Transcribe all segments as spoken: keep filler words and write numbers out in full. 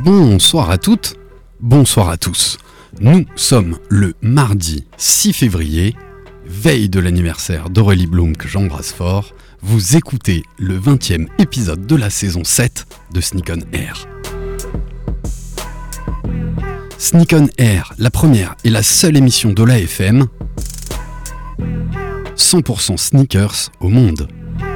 Bonsoir à toutes, bonsoir à tous. Nous sommes le mardi six février, veille de l'anniversaire d'Aurélie Blum que j'embrasse fort. Vous écoutez le vingtième épisode de la saison sept de Sneak on Air. Sneak on Air, la première et la seule émission de l'A F M cent pour cent sneakers au monde.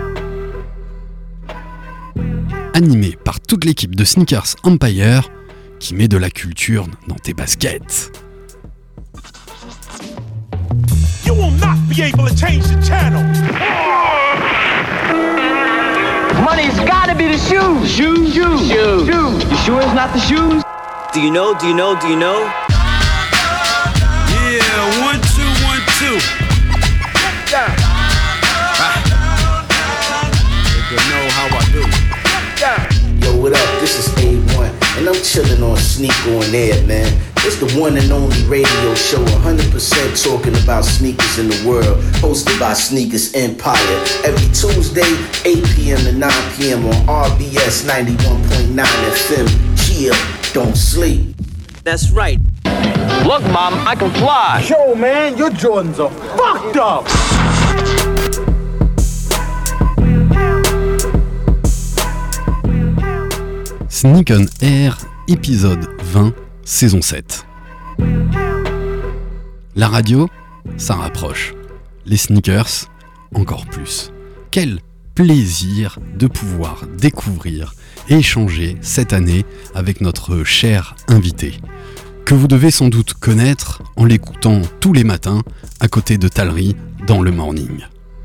Animé par toute l'équipe de Sneakers Empire qui met de la culture dans tes baskets. You will not be able to change the channel. Money's gotta be the shoes. Shoes, shoes, shoes. Shoes. You sure it's not the shoes? Do you know? Do you know? Do you know? Yeah, one, two, one, two. Yeah. Ah. You know how I do. Yo, what up? This is A one, and I'm chillin' on Sneak on Air, man. It's the one and only radio show, one hundred percent talking about sneakers in the world, hosted by Sneakers Empire. Every Tuesday, eight p.m. to nine p.m. on R B S ninety-one point nine F M. Chill, don't sleep. That's right. Look, Mom, I can fly. Yo, man, your Jordans are fucked up. Sneak on Air, épisode vingt, saison sept. La radio, ça rapproche. Les sneakers, encore plus. Quel plaisir de pouvoir découvrir et échanger cette année avec notre cher invité, que vous devez sans doute connaître en l'écoutant tous les matins à côté de Talry dans le morning.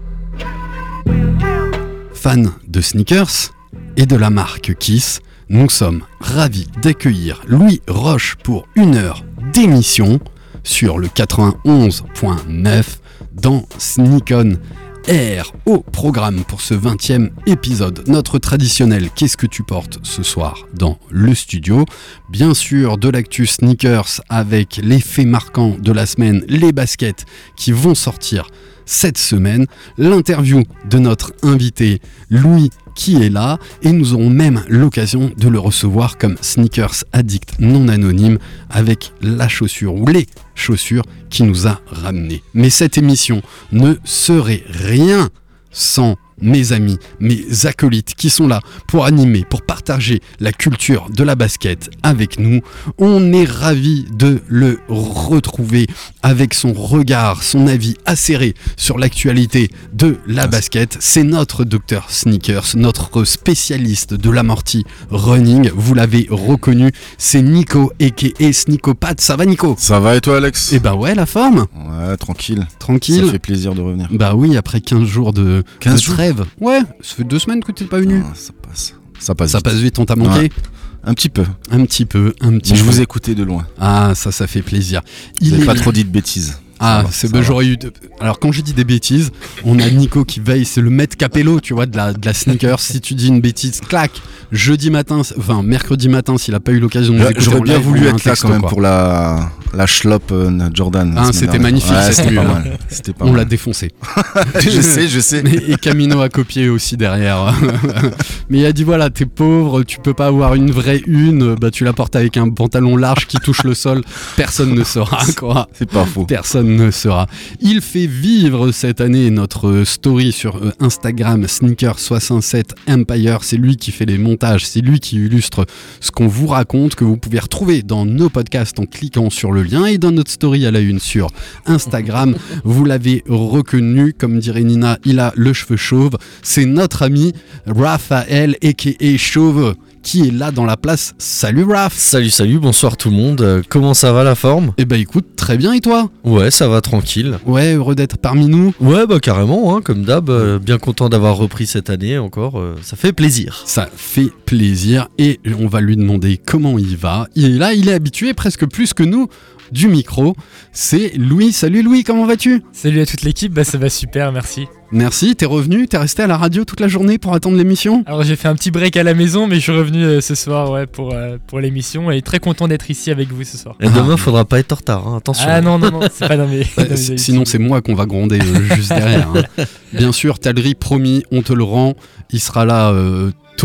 Fan de sneakers et de la marque Kiss, nous sommes ravis d'accueillir Louis Roche pour une heure d'émission sur le quatre-vingt-onze point neuf dans Sneak on Air. Au programme pour ce vingtième épisode, notre traditionnel Qu'est-ce que tu portes ce soir dans le studio. Bien sûr, de l'actu sneakers avec les faits marquants de la semaine, les baskets qui vont sortir cette semaine, l'interview de notre invité Louis qui est là, et nous aurons même l'occasion de le recevoir comme sneakers addict non anonyme avec la chaussure ou les chaussures qui nous a ramenés. Mais cette émission ne serait rien sans mes amis, mes acolytes qui sont là pour animer, pour partager la culture de la basket avec nous. On est ravis de le retrouver avec son regard, son avis acéré sur l'actualité de la basket. C'est notre docteur Sneakers, notre spécialiste de l'amorti running. Vous l'avez reconnu, c'est Nico aka Sneakopat. Ça va Nico ? Ça va et toi Alex ? Eh bah ouais, la forme ? Ouais, tranquille. Tranquille. Ça fait plaisir de revenir. Bah oui, après quinze jours de, quinze de trêve. Ouais, ça fait deux semaines que t'es pas venu. Ah, ça passe. Ça passe Ça vite. passe vite, on t'a manqué ? Ouais. Un petit peu. Un petit peu, un petit Mais je peu. vous ai écouté de loin. Ah, ça, ça fait plaisir. Vous Il n'avez est... pas trop dit de bêtises. Ah, Ça va, c'est ça bah, va. j'aurais eu. De... Alors, quand j'ai dit des bêtises, on a Nico qui veille, c'est le maître Capello, tu vois, de la, de la sneaker. Si tu dis une bêtise, clac, jeudi matin, enfin, mercredi matin, s'il a pas eu l'occasion de nous écouter J'aurais en bien live, voulu on a un être là texto, quand même quoi. pour la, la schlop euh, Jordan. la Ah, semaine c'était dernière. magnifique, Ouais, cette c'était nuit, pas hein. mal. C'était pas On mal. l'a défoncé. je sais, je sais. Et, et Camino a copié aussi derrière. Mais il a dit voilà, t'es pauvre, tu peux pas avoir une vraie une, bah tu la portes avec un pantalon large qui touche le sol. Personne ne saura, quoi. C'est pas faux. Personne ne saura. Il fait vivre cette année notre story sur Instagram Sneaker soixante-sept Empire. C'est lui qui fait les montages, c'est lui qui illustre ce qu'on vous raconte, que vous pouvez retrouver dans nos podcasts en cliquant sur le lien et dans notre story à la une sur Instagram. Vous l'avez reconnu, comme dirait Nina, il a le cheveu chauve. C'est notre ami Raphaël aka Chauve qui est là dans la place. Salut Raph. Salut, salut, bonsoir tout le monde. Euh, comment ça va la forme ? Eh ben écoute, très bien, et toi ? Ouais, ça va tranquille. Ouais, heureux d'être parmi nous. Ouais, bah carrément, hein, comme d'hab. euh, bien content d'avoir repris cette année encore. euh, ça fait plaisir. Ça fait plaisir et on va lui demander comment il va. Et là, il est habitué presque plus que nous du micro. C'est Louis. Salut Louis, comment vas-tu ? Salut à toute l'équipe, bah ça va super, merci. Merci, t'es revenu, t'es resté à la radio toute la journée pour attendre l'émission ? Alors j'ai fait un petit break à la maison, mais je suis revenu euh, ce soir ouais, pour, euh, pour l'émission et très content d'être ici avec vous ce soir. Et demain, faudra pas être en retard, hein, attention. Ah non, non, non, c'est pas dans mes... dans mes Euh, Sinon, c'est moi qu'on va gronder euh, juste derrière. Hein. Bien sûr, Talry, promis, on te le rend. Il sera là euh, tôt,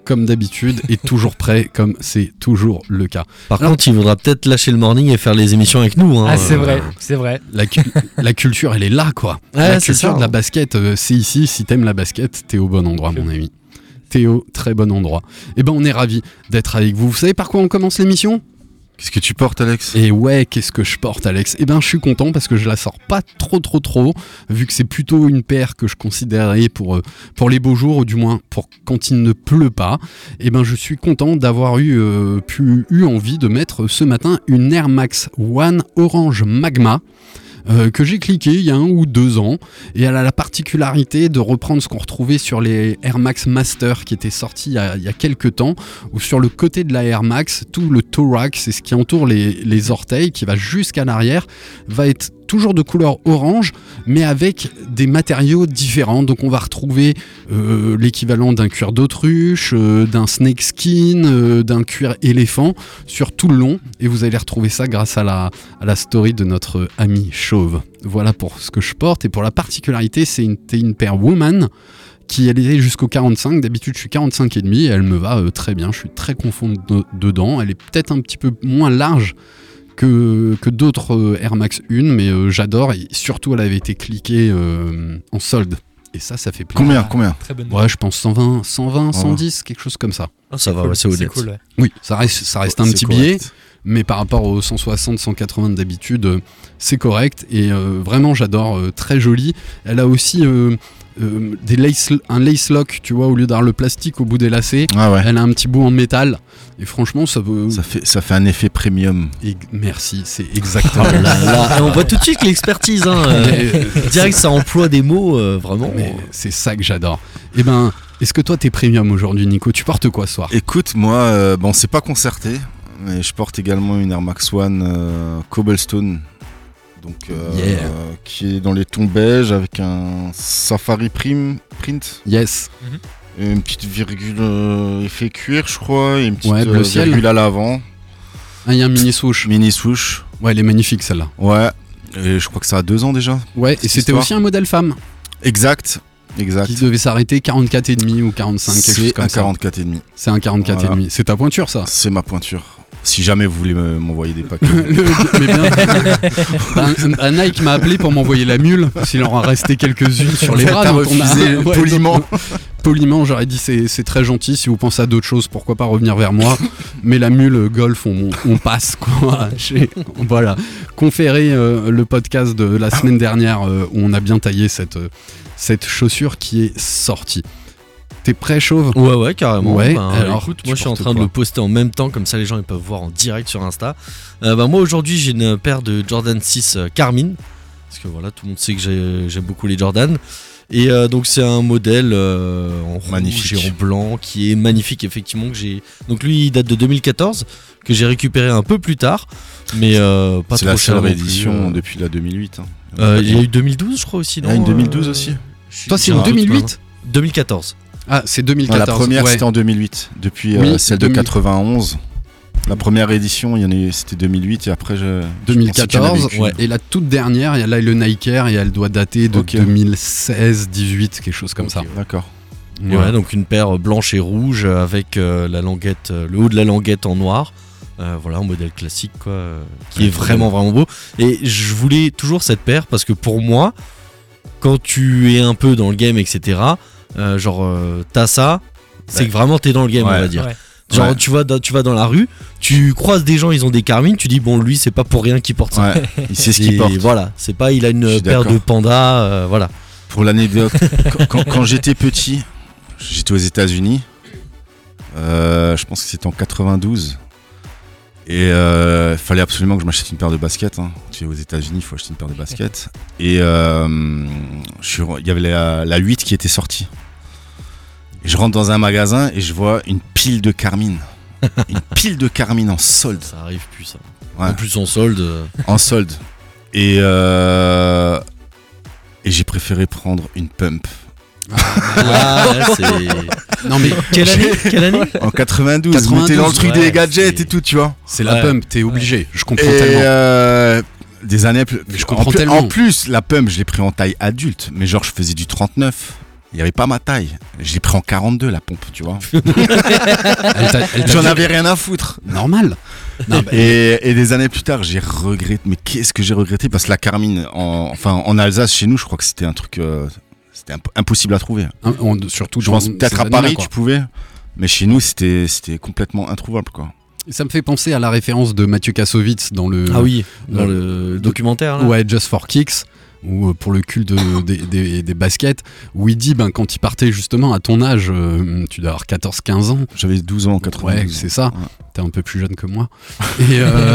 comme d'habitude et toujours prêt comme c'est toujours le cas. Par Alors- contre, il faudra peut-être lâcher le morning et faire les émissions avec nous. Hein. Ah, c'est Euh, vrai, c'est vrai. La, cu- la culture, elle est là, quoi. Ouais, la c'est culture ça. de la basket, euh, c'est ici. Si t'aimes la basket, t'es au bon endroit, mon ami. T'es au très bon endroit. Eh ben, on est ravis d'être avec vous. Vous savez par quoi on commence l'émission ? Qu'est-ce que tu portes, Alex? Et ouais, qu'est-ce que je porte, Alex? Eh ben, je suis content parce que je la sors pas trop, trop, trop, vu que c'est plutôt une paire que je considérais pour, euh, pour les beaux jours, ou du moins pour quand il ne pleut pas. Eh ben, je suis content d'avoir eu, euh, pu, eu envie de mettre ce matin une Air Max One Orange Magma. Euh, que j'ai cliqué il y a un ou deux ans, et elle a la particularité de reprendre ce qu'on retrouvait sur les Air Max Master qui étaient sortis il y a, il y a quelques temps, où sur le côté de la Air Max, tout le toe rack, c'est ce qui entoure les, les orteils, qui va jusqu'à l'arrière, va être toujours de couleur orange, mais avec des matériaux différents. Donc on va retrouver euh, l'équivalent d'un cuir d'autruche, euh, d'un snake skin, euh, d'un cuir éléphant sur tout le long, et vous allez retrouver ça grâce à la, à la story de notre ami Chauve. Voilà pour ce que je porte, et pour la particularité, c'est une, c'est une paire Woman qui elle est jusqu'au quarante-cinq. D'habitude je suis quarante-cinq et demi, et elle me va euh, très bien, je suis très confond de- dedans. Elle est peut-être un petit peu moins large que, que d'autres euh, Air Max un, mais euh, j'adore, et surtout elle avait été cliquée euh, en solde, et ça ça fait plaisir. Combien, combien? Très bonne. Ouais, je pense cent vingt, cent vingt, cent dix, quelque chose comme ça. Ah, ça va, Cool, ouais, c'est honnête. cool, ouais. Oui, ça reste, ça reste un C'est petit correct. billet, mais par rapport aux cent soixante, cent quatre-vingts d'habitude, euh, c'est correct, et euh, vraiment j'adore, euh, très jolie. Elle a aussi euh, euh, des lace, un lace lock, tu vois, au lieu d'avoir le plastique au bout des lacets, Ah ouais. elle a un petit bout en métal, et franchement ça veut... Ça fait, ça fait un effet premium. Et merci, c'est exactement Oh là là. Et on voit tout de suite l'expertise. Hein. euh, Mais, euh, direct, ça emploie des mots euh, vraiment. Mais c'est ça que j'adore. Eh ben, est-ce que toi t'es premium aujourd'hui, Nico? Tu portes quoi ce soir? Écoute, moi, euh, bon, c'est pas concerté, mais je porte également une Air Max One euh, Cobblestone, donc euh, Yeah. euh, qui est dans les tons beige avec un safari prime, print, Yes. et une petite virgule euh, effet cuir, je crois, et une petite Ouais, bleu euh, ciel. virgule à l'avant, Ah, il y a un mini swoosh. mini swoosh. Ouais, elle est magnifique celle-là. Ouais, et je crois que ça a deux ans déjà. Ouais, et Cette c'était histoire. aussi un modèle femme Exact, exact. qui devait s'arrêter quarante-quatre et demi ou quarante-cinq, quelque chose C'est comme un ça. quarante-quatre et demi. C'est un quarante-quatre Voilà. et demi. C'est ta pointure ça. C'est ma pointure. Si jamais vous voulez me- m'envoyer des paquets. Le- mais bien. un, un Nike m'a appelé pour m'envoyer la mule, s'il en a resté quelques-unes sur les bras. T'as donc on a- refusé ouais, poliment. donc, poliment, j'aurais dit c'est, c'est très gentil. Si vous pensez à d'autres choses, pourquoi pas revenir vers moi. Mais la mule euh, golf, on, on passe quoi. J'ai- voilà. Conféré euh, le podcast de la semaine dernière euh, où on a bien taillé cette, euh, cette chaussure qui est sortie. T'es prêt, Chauve? Ouais, ouais, carrément. Ouais, Ben, alors, écoute, tu moi je suis en portes train de quoi le poster en même temps, comme ça les gens ils peuvent voir en direct sur Insta. Euh, ben, moi aujourd'hui j'ai une paire de Jordan six euh, Carmine, parce que voilà, tout le monde sait que j'ai- j'aime beaucoup les Jordan. Et euh, donc c'est un modèle euh, en rouge Magnifique. et en blanc qui est magnifique effectivement. Que j'ai... Donc lui il date de deux mille quatorze, que j'ai récupéré un peu plus tard, mais euh, pas C'est trop la cher seule non plus, réédition euh. depuis la deux mille huit. hein. Euh, Il y a eu deux mille douze je crois aussi, Il y non a une deux mille douze euh, aussi. je suis- Toi, c'est j'ai une un doute, deux mille huit? maintenant. deux mille quatorze. Ah, c'est deux mille Non, quatorze. la première ouais. c'était en deux mille huit. Depuis Oui, euh, celle deux mille. de quatre-vingt-onze. La première édition, il y en a eu- c'était deux mille huit et après je. deux mille je pensais qu'il y en avait quatorze, qu'une. ouais. Et la toute dernière, il y a là le Nike Air, et elle doit dater de Ok. deux mille seize, dix-huit, quelque chose comme Ok, ça. D'accord. Et ouais, donc une paire blanche et rouge avec euh, la languette, euh, le haut de la languette en noir. Euh, voilà, un modèle classique quoi, euh, qui Ouais, est vraiment vraiment beau. Et je voulais toujours cette paire parce que pour moi, quand tu es un peu dans le game, et cetera, euh, genre euh, t'as ça, c'est Ouais. que vraiment t'es dans le game, Ouais. on va dire. Ouais. Genre Ouais. tu vas, dans, tu vas dans la rue, tu croises des gens, ils ont des Carmine, tu dis bon lui c'est pas pour rien qu'il porte ça. Ouais, il sait ce Et qu'il porte. voilà, c'est pas il a Je une suis paire d'accord. de pandas, euh, voilà. Pour l'anecdote, quand, quand- quand j'étais petit, j'étais aux États-Unis. Euh, je pense que c'était en quatre-vingt-douze. Et il fallait absolument que je m'achète une paire de baskets. Hein. Tu es aux États-Unis, il faut acheter une paire de baskets. Et euh, je suis re- il y avait la, la huit qui était sortie. Et je rentre dans un magasin et je vois une pile de Carmine. Une pile de Carmine en solde. Ça arrive plus ça. Ouais. En plus en solde. euh, En solde. Et, euh, et j'ai préféré prendre une pump. Ah, ouais, c'est. Non mais Quelle année Quelle année En quatre-vingt-douze, quatre-vingt-douze, t'es dans le truc ouais, des gadgets c'est- et tout, tu vois. c'est la Ouais. pump, t'es obligé, je comprends Et tellement. euh, des années plus. Mais je comprends en plus, tellement. En plus, la pump, je l'ai pris en taille adulte, mais genre je faisais du trente-neuf. il n'y avait pas ma taille. Je l'ai pris en quarante-deux la pompe, tu vois. Elle t'a- elle t'a J'en dit- avais rien à foutre. Normal. Non, bah, Et, et des années plus tard, j'ai regretté. Mais qu'est-ce que j'ai regretté? Parce que la Carmine, en, enfin en Alsace, chez nous, je crois que c'était un truc, euh, c'était imp- impossible à trouver. hein, on- surtout Je dans pense ces peut-être à années-là, Paris, quoi. tu pouvais, mais chez nous, c'était, c'était complètement introuvable, quoi. Ça me fait penser à la référence de Mathieu Kassovitz dans le. Ah oui, dans euh, le documentaire. Là. Ouais, Just for Kicks, ou euh, pour le cul de, des, des, des baskets, où il dit ben, quand il partait justement à ton âge, euh, tu dois avoir quatorze quinze ans. J'avais douze ans en quatre-vingt-douze. Ouais, c'est ça. Ouais. T'es un peu plus jeune que moi. Et, euh,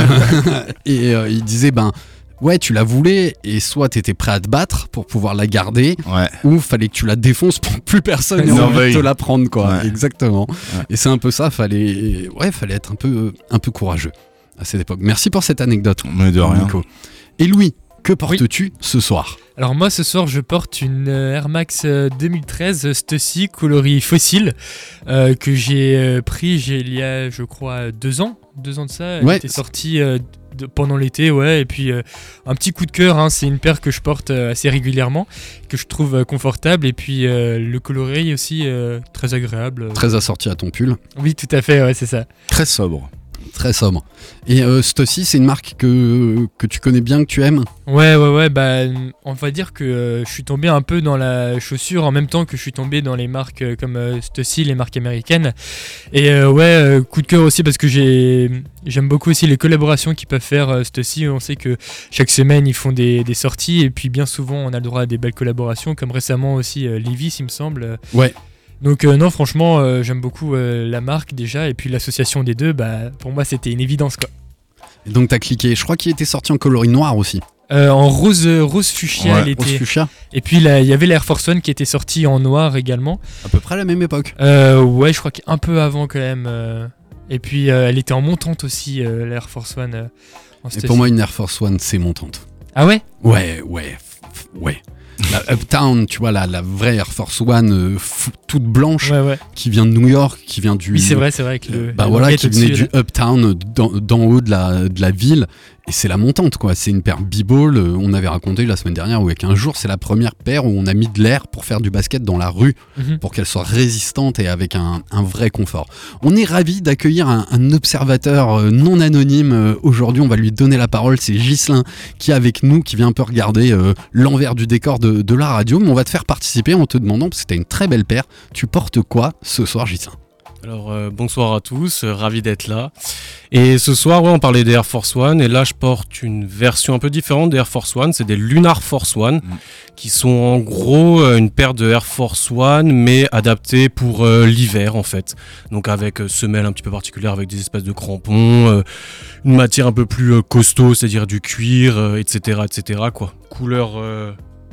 et euh, il disait ben. Ouais, tu la voulais et soit t'étais prêt à te battre pour pouvoir la garder, Ouais. ou fallait que tu la défonces pour que plus personne n'ait Non, envie de oui. te la prendre, quoi. Ouais. Exactement. Ouais. Et c'est un peu ça, fallait, ouais, fallait être un peu, un peu courageux à cette époque. Merci pour cette anecdote, Mais de rien. Nico. Et Louis, que portes-tu ce soir? Alors moi ce soir je porte une euh, Air Max euh, deux mille treize Stussy coloris fossile euh, que j'ai euh, pris j'ai, il y a je crois deux ans, deux ans de ça, elle Ouais. était sortie euh, de- pendant l'été, ouais, et puis euh, un petit coup de cœur, hein, c'est une paire que je porte euh, assez régulièrement, que je trouve euh, confortable, et puis euh, le coloris aussi euh, très agréable. Très assorti à ton pull, Oui tout à fait, ouais c'est ça. Très sobre. très sobre. Et euh, Stussy, c'est une marque que, que tu connais bien, que tu aimes? Ouais, ouais, ouais, bah, on va dire que euh, je suis tombé un peu dans la chaussure en même temps que je suis tombé dans les marques euh, comme euh, Stussy, les marques américaines. Et euh, ouais, euh, coup de cœur aussi parce que j'ai, j'aime beaucoup aussi les collaborations qu'ils peuvent faire euh, Stussy. On sait que chaque semaine ils font des, des sorties et puis bien souvent on a le droit à des belles collaborations, comme récemment aussi euh, Levi's, il me semble. Ouais. Donc euh, non, franchement, euh, j'aime beaucoup euh, la marque déjà et puis l'association des deux, bah, pour moi c'était une évidence quoi. Et donc t'as cliqué, je crois qu'il était sorti en coloris noir aussi. Euh, en rose, rose fuchsia, Ouais, elle Rose était. fuchsia, Et puis là, il y avait l'Air Force One qui était sorti en noir également. à peu près à la même époque. Euh, ouais, je crois qu'un peu avant quand même. euh. Et puis euh, elle était en montante aussi, euh, l'Air Force One. euh, en Et Stussy. pour moi, une Air Force One, c'est montante. Ah ouais. Ouais, ouais, f- ouais. La Uptown, tu vois, la, la vraie Air Force One euh, fou- toute blanche, Ouais, ouais. qui vient de New York, qui vient du... Oui, c'est vrai, c'est vrai. Avec le, Bah la voilà, languette qui venait au-dessus, du Uptown, d'en, d'en haut de la, de la ville. Et c'est la montante, quoi. C'est une paire b-ball. euh, On avait raconté la semaine dernière, ou avec un jour, c'est la première paire où on a mis de l'air pour faire du basket dans la rue, là. Mhm. pour qu'elle soit résistante et avec un, un vrai confort. On est ravis d'accueillir un, un observateur euh, non anonyme. euh, Aujourd'hui, on va lui donner la parole. C'est Ghislain qui est avec nous, qui vient un peu regarder euh, l'envers du décor de, de la radio. Mais on va te faire participer en te demandant, parce que t'as une très belle paire, tu portes quoi ce soir, Ghislain? Alors euh, bonsoir à tous, euh, ravi d'être là. Et ce soir, ouais, on parlait des Air Force One, et là je porte une version un peu différente des Air Force One, c'est des Lunar Force One, Mm. qui sont en gros euh, une paire de Air Force One, mais adaptées pour euh, l'hiver en fait. Donc avec euh, semelles un petit peu particulières, avec des espèces de crampons, euh, une matière un peu plus euh, costaud, c'est-à-dire du cuir, euh, et cetera, et cetera quoi. Couleur euh,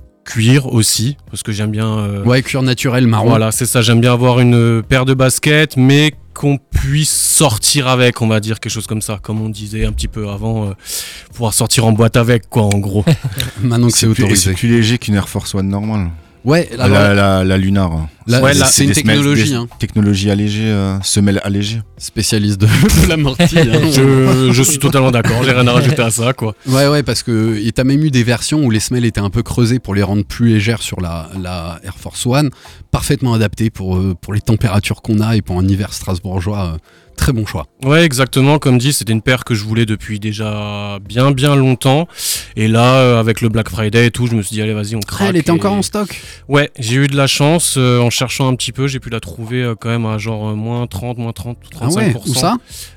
cuir aussi, parce que j'aime bien... euh, Ouais, cuir naturel marron. Voilà, c'est ça, j'aime bien avoir une paire de baskets, mais qu'on puisse sortir avec, on va dire, quelque chose comme ça, comme on disait un petit peu avant, euh, pouvoir sortir en boîte avec, quoi, en gros. Maintenant que c'est plus, et autorisé. c'est plus léger qu'une Air Force One normale. Ouais, La, alors, la, la, la Lunar. là, ouais, là, c'est une des semelles- technologie, des hein. Technologie allégée, euh, semelle allégée. Spécialiste de, de la mortie. hein. je, je suis totalement d'accord, j'ai rien à rajouter à ça, quoi. Ouais, ouais, parce que et t'as même eu des versions où les semelles étaient un peu creusées pour les rendre plus légères sur la, la Air Force One, parfaitement adaptées pour, euh, pour les températures qu'on a et pour un hiver strasbourgeois. euh, très bon choix. Ouais, exactement, comme dit, c'était une paire que je voulais depuis déjà bien bien longtemps. Et là, euh, avec le Black Friday et tout, je me suis dit, allez, vas-y, on craque. Ah, elle était et- encore en stock. Ouais, j'ai eu de la chance, euh, en cherchant un petit peu, j'ai pu la trouver euh, quand même à genre euh, moins trente, moins trente, Ah trente-cinq ouais, pour où cent. ça?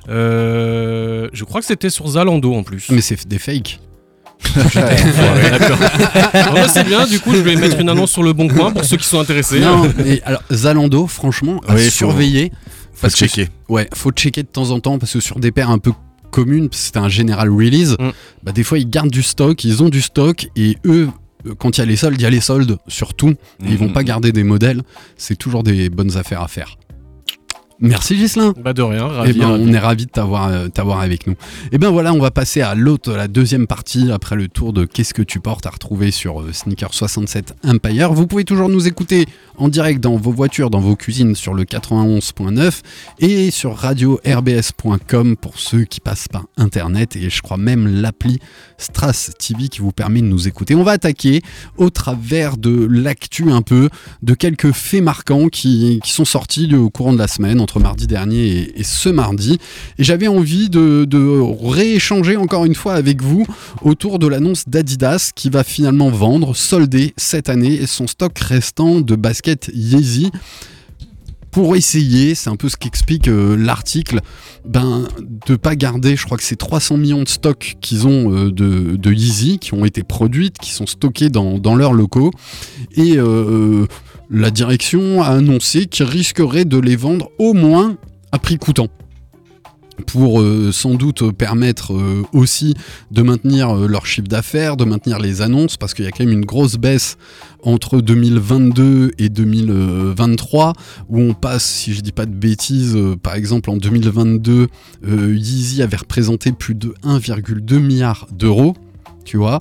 Euh, je crois que c'était sur Zalando en plus. Mais c'est des fakes. Ouais, d'accord. Ah bah, c'est bien, du coup, je vais mettre une annonce sur le bon coin pour ceux qui sont intéressés. Non, mais alors Zalando, franchement, à Oui, faut- surveiller. Faut Parce que- checker. Ouais, faut checker de temps en temps parce que sur des paires un peu communes, parce que c'était un general release, Mm. bah des fois ils gardent du stock, ils ont du stock et eux, euh, quand il y a les soldes, il y a les soldes surtout. Et ils vont Mhm. pas garder des modèles. C'est toujours des bonnes affaires à faire. Merci Ghislain. Bah de rien, ravi. Eh ben, ravi. on est ravis de t'avoir, euh, t'avoir avec nous. Et ben voilà, on va passer à l'autre, la deuxième partie, après le tour de Qu'est-ce que tu portes à retrouver sur euh, Sneaker soixante-sept Empire. Vous pouvez toujours nous écouter en direct dans vos voitures, dans vos cuisines sur le quatre-vingt-onze point neuf et sur radio r b s point com pour ceux qui passent par internet, et je crois même l'appli Strass T V qui vous permet de nous écouter. On va attaquer au travers de l'actu un peu, de quelques faits marquants qui, qui sont sortis au courant de la semaine, entre mardi dernier et, et ce mardi. Et j'avais envie de, de rééchanger encore une fois avec vous autour de l'annonce d'Adidas qui va finalement vendre, solder cette année son stock restant de baskets Yeezy. Pour essayer, c'est un peu ce qu'explique euh, l'article, ben, de ne pas garder, je crois que c'est trois cents millions de stocks qu'ils ont euh, de, de Yeezy, qui ont été produites, qui sont stockés dans, dans leurs locaux. Et euh, la direction a annoncé qu'ils risqueraient de les vendre au moins à prix coûtant. Pour euh, sans doute permettre euh, aussi de maintenir euh, leur chiffre d'affaires, de maintenir les annonces, parce qu'il y a quand même une grosse baisse entre deux mille vingt-deux et deux mille vingt-trois, où on passe, si je dis pas de bêtises, euh, par exemple en deux mille vingt-deux, euh, Yeezy avait représenté plus de un virgule deux milliard d'euros. Tu vois,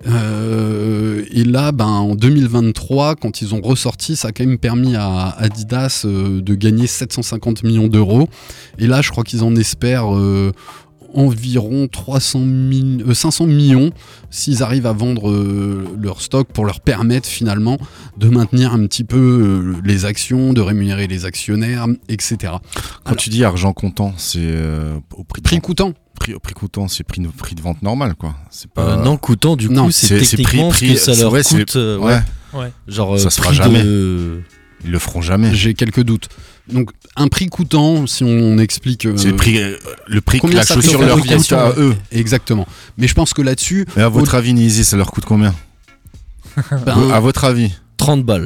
euh, et là, ben, en deux mille vingt-trois, quand ils ont ressorti, ça a quand même permis à Adidas euh, de gagner sept cent cinquante millions d'euros. Et là, je crois qu'ils en espèrent euh, environ trois cents mille, euh, cinq cents millions s'ils arrivent à vendre euh, leur stock pour leur permettre finalement de maintenir un petit peu euh, les actions, de rémunérer les actionnaires, et cetera. Quand Alors, tu dis argent comptant, c'est euh, au prix de prix vente. coûtant. Prix, au prix coûtant, c'est prix de, prix de vente normal, quoi. C'est pas. Euh, non, coûtant, du Non, coup, c'est, c'est- c'est techniquement prix- ce que ça prix- leur ouais, c'est- coûte. euh, ouais. ouais. Ouais. Genre, Ça euh, se fera prix jamais. de- Ils le feront jamais. J'ai quelques doutes. Donc, un prix coûtant, si on explique. euh, C'est le prix, euh, le prix que combien la ça fait chaussure en leur coûte fabrication, à eux. Exactement. Mais je pense que là-dessus, Mais à votre Au- avis, Yeezy, ça leur coûte combien ben, À votre avis, trente balles.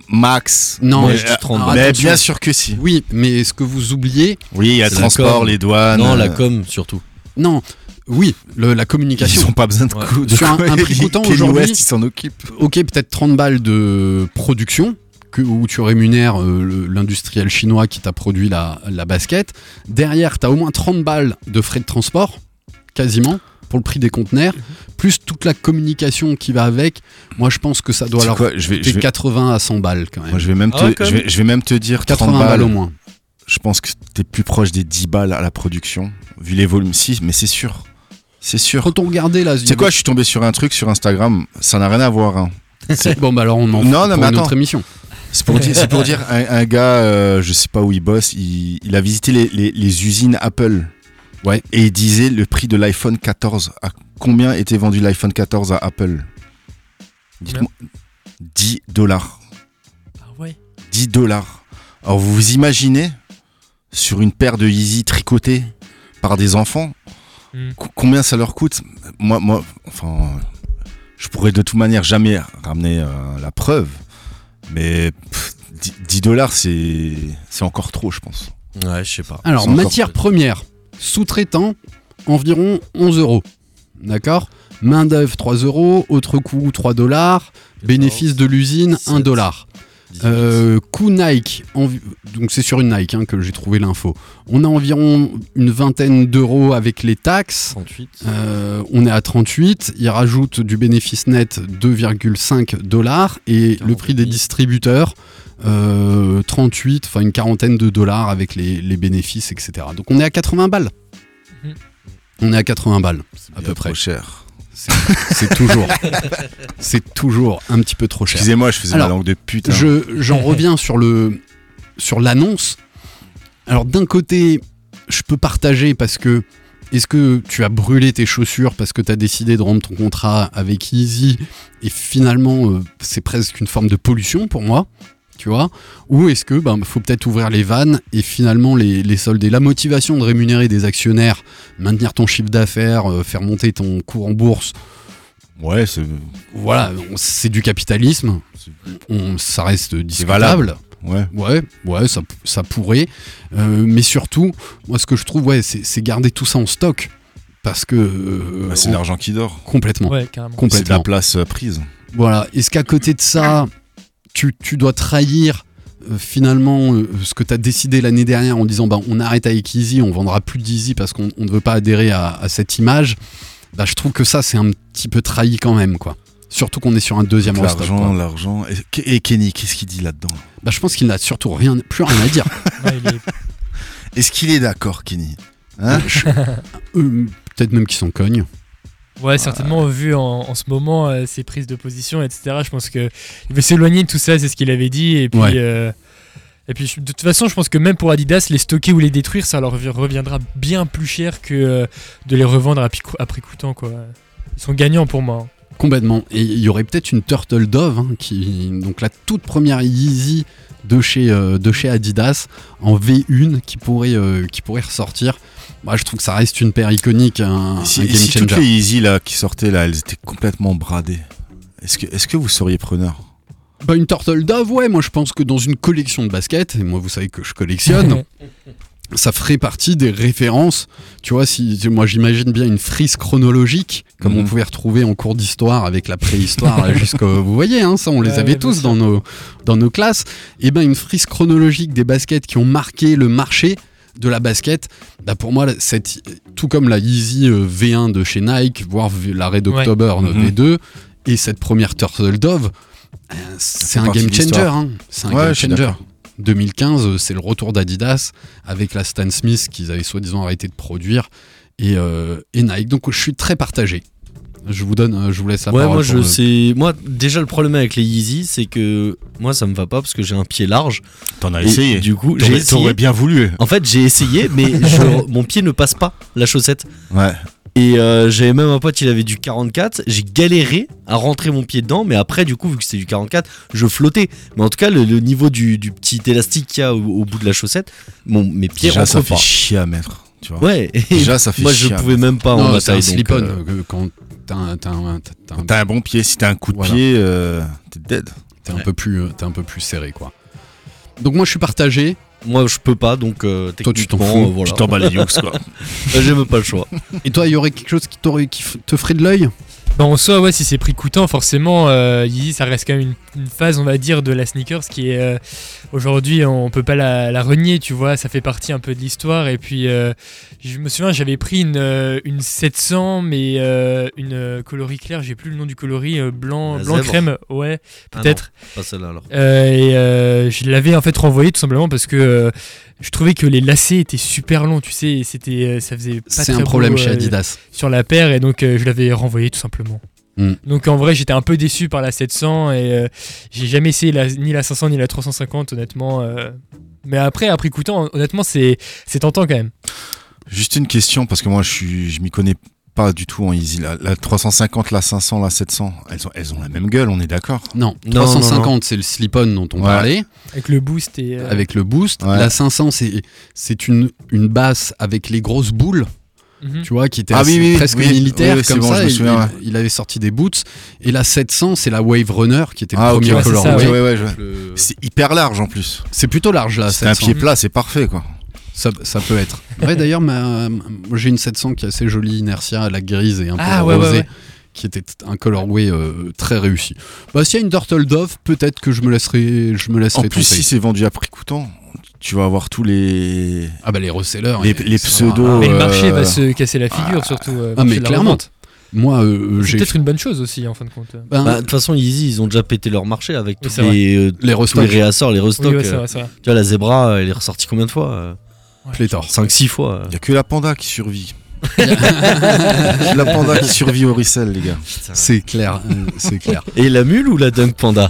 max. non, Moi, mais, je dis trente euh, balles. mais attention. bien sûr que si. Oui, mais ce que vous oubliez, Oui, il y a le C'est la transport, com. les douanes. Non, la euh, com, surtout. non, oui, le- la Ils communication. n'ont pas besoin de Ouais. coups. De Sur un- un prix coûtant aujourd'hui- West, ils s'en occupent. Ok, peut-être trente balles de production, que, où tu rémunères euh, le- l'industriel chinois qui t'a produit la, la basket. Derrière, tu as au moins trente balles de frais de transport, quasiment, pour le prix des conteneurs, plus toute la communication qui va avec. Moi, je pense que ça doit C'est leur quoi, je vais, je coûter vais- quatre-vingts à cent balles quand même. moi, je vais même Ah ouais, te, quand je même. vais, je vais même te dire trente quatre-vingts balles balles. au moins. Je pense que t'es plus proche des dix balles à la production, vu les volumes. Si, mais c'est sûr. C'est sûr. Quand on regardait là, Tu sais quoi, je suis tombé sur un truc sur Instagram, ça n'a rien à voir. Hein. c'est- bon bah alors on en Non, fait non, pour mais une attends. autre émission. C'est pour dire, c'est pour dire un, un gars, euh, je sais pas où il bosse, il, il a visité les, les- les usines Apple. Ouais. Et il disait le prix de l'iPhone quatorze. À combien était vendu l'iPhone quatorze à Apple? Dites-moi. dix dollars. Ah ouais. dix dollars. Alors vous vous imaginez, sur une paire de Yeezy tricotée par des enfants, Mm. co- combien ça leur coûte? Moi, moi, enfin, je pourrais de toute manière jamais ramener euh, la preuve, mais pff, dix- dix dollars, c'est c'est encore trop, je pense. Ouais, je sais pas. Alors, C'est encore matière première, sous-traitant, environ onze euros. D'accord? Main-d'œuvre trois euros, autre coût trois dollars, bénéfice de l'usine un dollar. Euh, coût Nike, envi- donc c'est sur une Nike hein, que j'ai trouvé l'info. On a environ une vingtaine d'euros avec les taxes. trente-huit. Euh, on est à trente-huit. Il rajoute du bénéfice net deux virgule cinq dollars et le prix des distributeurs euh, trente-huit, enfin une quarantaine de dollars avec les, les bénéfices, et cetera. Donc on est à quatre-vingts balles. Mhm. On est à quatre-vingts balles à Bien peu près. trop cher. C'est c'est toujours, c'est toujours un petit peu trop cher. Excusez-moi, je faisais Alors, ma langue de pute. hein. Je, j'en reviens sur le, sur l'annonce. Alors d'un côté, je peux partager parce que est-ce que tu as brûlé tes chaussures parce que tu as décidé de rendre ton contrat avec Yeezy et finalement euh, c'est presque une forme de pollution pour moi, tu vois? Ou est-ce que ben faut peut-être ouvrir les vannes et finalement les, les solder? La motivation de rémunérer des actionnaires, maintenir ton chiffre d'affaires, euh, faire monter ton cours en bourse, Ouais, c'est voilà, on- c'est du capitalisme. On- ça reste discutable. valable. ouais. Ouais, ouais, ça, ça pourrait. Euh, mais surtout, moi, ce que je trouve, ouais, c'est, c'est garder tout ça en stock. Parce que. euh, Bah, c'est de l'argent qui dort. Complètement. Ouais, carrément. C'est de la Complètement. place euh, prise. Voilà. Est-ce qu'à côté de ça, tu, tu dois trahir euh, finalement euh, ce que tu as décidé l'année dernière en disant bah, on arrête avec Yeezy, on vendra plus d'Yeezy parce qu'on on ne veut pas adhérer à, à cette image, bah, je trouve que ça c'est un petit peu trahi quand même, quoi. Surtout qu'on est sur un deuxième restock. L'argent, l'argent. Et, et Kenny, qu'est-ce qu'il dit là-dedans? Bah, je pense qu'il n'a surtout rien, plus rien à dire. Ouais, il est- Est-ce qu'il est d'accord, Kenny? Hein? Je- euh, peut-être même qu'ils s'en cognent. Ouais, certainement, vu en, en ce moment, euh, ses prises de position, et cetera. Je pense qu'il veut s'éloigner de tout ça, c'est ce qu'il avait dit. Et puis, Ouais. euh, et puis, de toute façon, je pense que même pour Adidas, les stocker ou les détruire, ça leur revi- reviendra bien plus cher que euh, de les revendre à, pic- à prix coûtant, quoi. Ils sont gagnants pour moi. Complètement. Et il y aurait peut-être une Turtle Dove, hein, qui, donc la toute première Yeezy de chez, euh, de chez Adidas en V un qui pourrait, euh, qui pourrait ressortir. Moi, je trouve que ça reste une paire iconique, un, Et si, un et game si toutes changer. les Yeezy là, qui sortaient là, elles étaient complètement bradées, est-ce que, est-ce que vous seriez preneur? Bah, une Turtle Dove, ouais, moi je pense que dans une collection de baskets, et moi vous savez que je collectionne, ça ferait partie des références. Tu vois, si moi j'imagine bien une frise chronologique, comme Mhm. on pouvait retrouver en cours d'histoire avec la préhistoire, là, jusqu'au. Vous voyez, hein, ça on les Ouais, avait ouais, tous bien dans nos, dans nos classes. Et ben une frise chronologique des baskets qui ont marqué le marché de la basket. Bah, pour moi, cette, tout comme la Yeezy euh, V un de chez Nike, voire la Red Ouais. October euh, Mhm. V deux, et cette première Turtle Dove, euh, c'est fait un partie game de changer. l'histoire. Hein. C'est un Ouais, game je suis changer. d'accord. deux mille quinze, euh, c'est le retour d'Adidas avec la Stan Smith qu'ils avaient soi-disant arrêté de produire et, euh, et Nike. Donc je suis très partagé. Je vous donne, euh, je vous laisse la Ouais, parole. moi pour je le- sais. Moi, déjà, le problème avec les Yeezy, c'est que moi ça me va pas parce que j'ai un pied large. T'en as Et essayé? Du coup, j'ai T'aurais, essayé. t'aurais bien voulu. En fait, j'ai essayé, mais je- mon pied ne passe pas la chaussette. Ouais. Et euh, j'avais même un pote, il avait du quarante-quatre. J'ai galéré à rentrer mon pied dedans, mais après, du coup, vu que c'était du quarante-quatre, je flottais. Mais en tout cas, le, le niveau du, du petit élastique qu'il y a au, au bout de la chaussette, mon, mes pieds Déjà, ça rentrent fait pas. chier à mettre. Tu vois. Ouais, et Déjà, ça fait moi chier je à pouvais mettre. même pas en Non, ma c'est un taille. donc, slip-on. euh, euh, quand t'as un, t'as un- t'as un- T'as un bon pied, si t'as un coup de Voilà. pied, euh, t'es dead. t'es un Ouais. peu plus, euh, t'es un peu plus serré, quoi. Donc moi je suis partagé. Moi je peux pas, donc euh, Toi, tu t'en techniquement, fous. euh, voilà. Tu t'en bats les yeux, quoi. Euh, J'ai même pas le choix. Et toi, il y aurait quelque chose qui, t'aurait, qui f- te ferait de l'œil? Bah, en soi, ouais, si c'est prix coûtant, forcément, euh, Yeezy, ça reste quand même une, une phase, on va dire, de la sneakers qui est euh, aujourd'hui, on peut pas la, la renier, tu vois, ça fait partie un peu de l'histoire. Et puis, euh, je me souviens, j'avais pris une, euh, une sept cents, mais euh, une euh, coloris claire, j'ai plus le nom du coloris, euh, blanc, La blanc zèbre. crème, ouais, Ah peut-être. non, pas celle-là alors. Euh, et euh, je l'avais en fait renvoyé tout simplement parce que euh, je trouvais que les lacets étaient super longs, tu sais, et c'était, euh, ça faisait pas C'est très un problème beau, chez euh, Adidas. sur la paire et donc euh, je l'avais renvoyé tout simplement. Mm. Donc en vrai j'étais un peu déçu par la sept cents et euh, j'ai jamais essayé la, ni la cinq cents ni la trois cent cinquante honnêtement. euh. Mais après à prix coûtant honnêtement c'est, c'est tentant quand même. Juste une question, parce que moi, je suis, je m'y connais pas du tout en Yeezy. La, la trois cent cinquante, la cinq cents, la sept cents, elles ont, elles ont la même gueule, on est d'accord? Non, Non, trois cent cinquante non, c'est le slip-on dont on Ouais. parlait, Avec le boost et... euh, avec le boost. Ouais. La cinq cents c'est, c'est une, une basse avec les grosses boules. mhm. Tu vois, qui était Ah assez- oui, oui, presque oui, militaire oui, oui, c'est comme bon, ça. je me il, souviens, il- ouais. il avait sorti des boots. Et la sept cents, c'est la Wave Runner qui était Ah, le ok, premier ouais, c'est ça, colorway. ouais, ouais, je vois. Le- C'est hyper large en plus. C'est plutôt large là. C'est un sept cents. pied plat, c'est parfait, quoi. Ça, ça peut être. Ouais, d'ailleurs, ma, ma- j'ai une sept cents qui est assez jolie, Inertia à la grise et un peu Ah, ouais, rosée, ouais, ouais. qui était un colorway euh, très réussi. Bah, s'il y a une Turtle Dove, peut-être que je me laisserai, je me En laisserai plus, tenter. si c'est vendu à prix coûtant, tu vas avoir tous les. Ah bah les resellers. Les- et- les ça va. pseudos, Mais le euh, marché va se casser la figure surtout. euh, Ah marché mais de la clairement. revente. Moi, euh, C'est j'ai. peut-être une bonne chose aussi en fin de compte. ben, Bah, de toute façon, Yeezy, ils ont déjà pété leur marché avec Oui, tous c'est les, euh, les tous restocks. les réassorts, les restocks. Oui, ouais, c'est euh, vrai, c'est vrai. Tu vois, la Zebra, elle est ressortie combien de fois euh, pléthore. cinq six fois. euh. Il y a que la panda qui survit. La panda qui survit au resell, les gars. C'est clair, euh, c'est clair. Et la mule ou la Dunk Panda?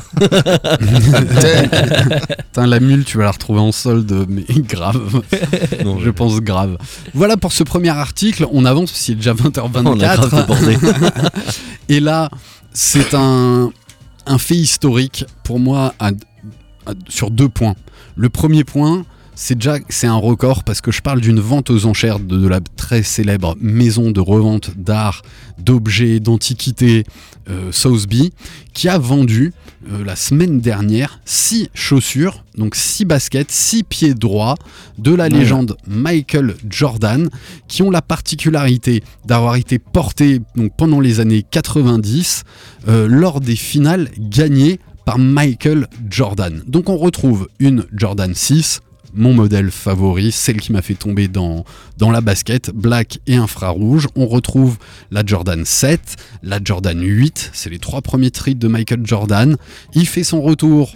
Putain, la mule, tu vas la retrouver en solde, mais grave. Non, Je pense grave. Voilà pour ce premier article. On avance, parce qu'il est déjà vingt heures On a grave vingt-quatre. débordé. Et là, c'est un, un fait historique pour moi à- à- sur deux points. Le premier point, c'est déjà c'est un record parce que je parle d'une vente aux enchères de, de la très célèbre maison de revente d'art, d'objets, d'antiquités, euh, Sotheby, qui a vendu euh, la semaine dernière six chaussures, donc six baskets, six pieds droits de la légende Michael Jordan, qui ont la particularité d'avoir été portés donc, pendant les années quatre-vingt-dix euh, lors des finales gagnées par Michael Jordan. Donc on retrouve une Jordan six, mon modèle favori, celle qui m'a fait tomber dans, dans la basket, black et infrarouge. On retrouve la Jordan sept, la Jordan huit, c'est les trois premiers titres de Michael Jordan. Il fait son retour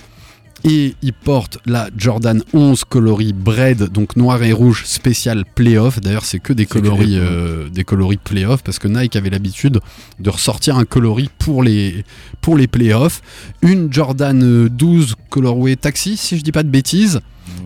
et il porte la Jordan onze coloris Bread, donc noir et rouge spécial playoff. D'ailleurs c'est que des coloris, euh, des coloris playoff, parce que Nike avait l'habitude de ressortir un coloris pour les, pour les playoffs. Une Jordan douze colorway taxi, si je dis pas de bêtises.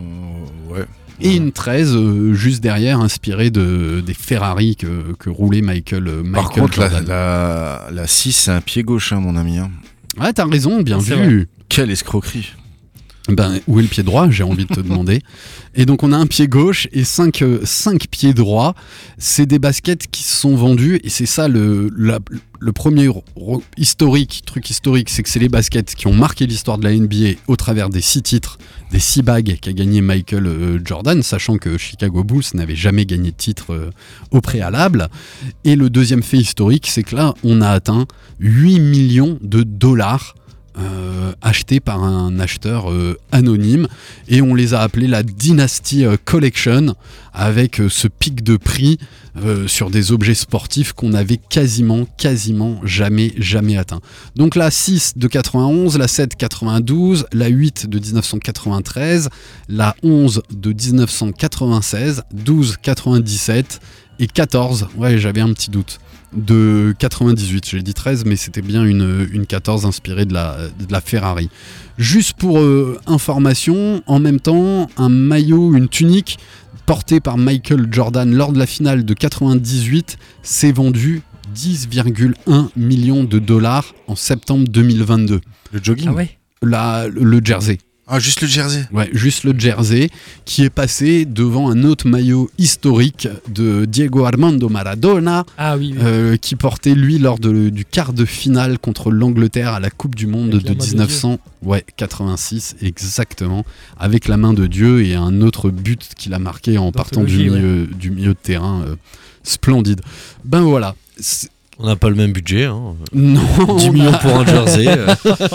Ouais. Et une treize euh, juste derrière, inspirée de, des Ferrari que, que roulait Michael, euh, Michael Par contre, la, Jordan. la, la six, c'est un pied gauche, hein, mon ami. Hein. Ah, t'as raison, bien C'est vu. vrai. Quelle escroquerie. Ben, où est le pied droit, j'ai envie de te demander. Et donc on a un pied gauche et cinq, euh, cinq pieds droits. C'est des baskets qui se sont vendues, et c'est ça le, la, le premier ro- historique, truc historique, c'est que c'est les baskets qui ont marqué l'histoire de la N B A au travers des six titres, des six bagues qu'a gagné Michael euh, Jordan, sachant que Chicago Bulls n'avait jamais gagné de titre euh, au préalable. Et le deuxième fait historique, c'est que là on a atteint huit millions de dollars Euh, achetés par un acheteur euh, anonyme, et on les a appelés la Dynasty euh, Collection, avec euh, ce pic de prix euh, sur des objets sportifs qu'on avait quasiment quasiment jamais jamais atteint. Donc la six de quatre-vingt-onze, la sept quatre-vingt-douze, la huit de dix-neuf cent quatre-vingt-treize, la onze de dix-neuf cent quatre-vingt-seize, douze quatre-vingt-dix-sept et quatorze, ouais j'avais un petit doute, de quatre-vingt-dix-huit, j'ai dit treize, mais c'était bien une, une quatorze inspirée de la, de la Ferrari. Juste pour euh, information, en même temps, un maillot, une tunique portée par Michael Jordan lors de la finale de quatre-vingt-dix-huit s'est vendu dix virgule un millions de dollars en septembre deux mille vingt-deux. Le jogging. Ah ouais. La, le jersey. Ah, juste le jersey. Ouais, juste le jersey, qui est passé devant un autre maillot historique de Diego Armando Maradona, Ah oui, oui. euh, qui portait lui lors de, du quart de finale contre l'Angleterre à la Coupe du Monde Avec de la main de dix-neuf cent quatre-vingt-six, exactement, avec la main de Dieu et un autre but qu'il a marqué en partant du D'anthologie, milieu, du milieu de terrain. euh, splendide. Ben voilà. C'est- On n'a pas le même budget. Hein. Non, dix on millions a- pour un jersey. euh.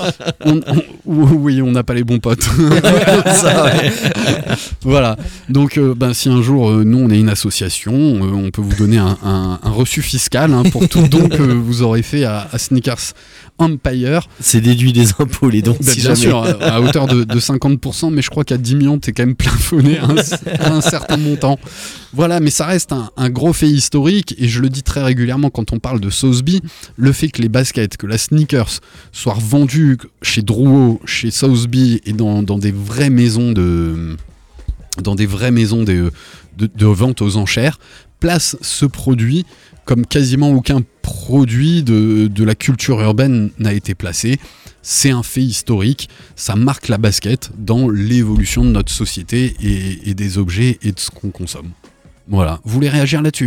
on- on- oui, on n'a pas les bons potes. Ça, ouais. Voilà. Donc, euh, ben, si un jour, euh, nous, on est une association, euh, on peut vous donner un, un- un reçu fiscal hein, pour tout don que vous aurez fait à, à Sneakers Empire. C'est déduit des impôts, les dons. Ben, si bien jamais. sûr, à, à hauteur de, de cinquante pour cent, mais je crois qu'à dix millions, t'es quand même plafonné à un, à un certain montant. Voilà, mais ça reste un, un gros fait historique, et je le dis très régulièrement quand on parle de Sotheby, le fait que les baskets, que la sneakers soit vendue chez Drouot, chez Sotheby et dans, dans des vraies maisons de dans des vraies maisons de, de, de vente aux enchères, place ce produit comme quasiment aucun produit de, de la culture urbaine n'a été placé. C'est un fait historique, ça marque la basket dans l'évolution de notre société et, et des objets et de ce qu'on consomme. Voilà, vous voulez réagir là-dessus ?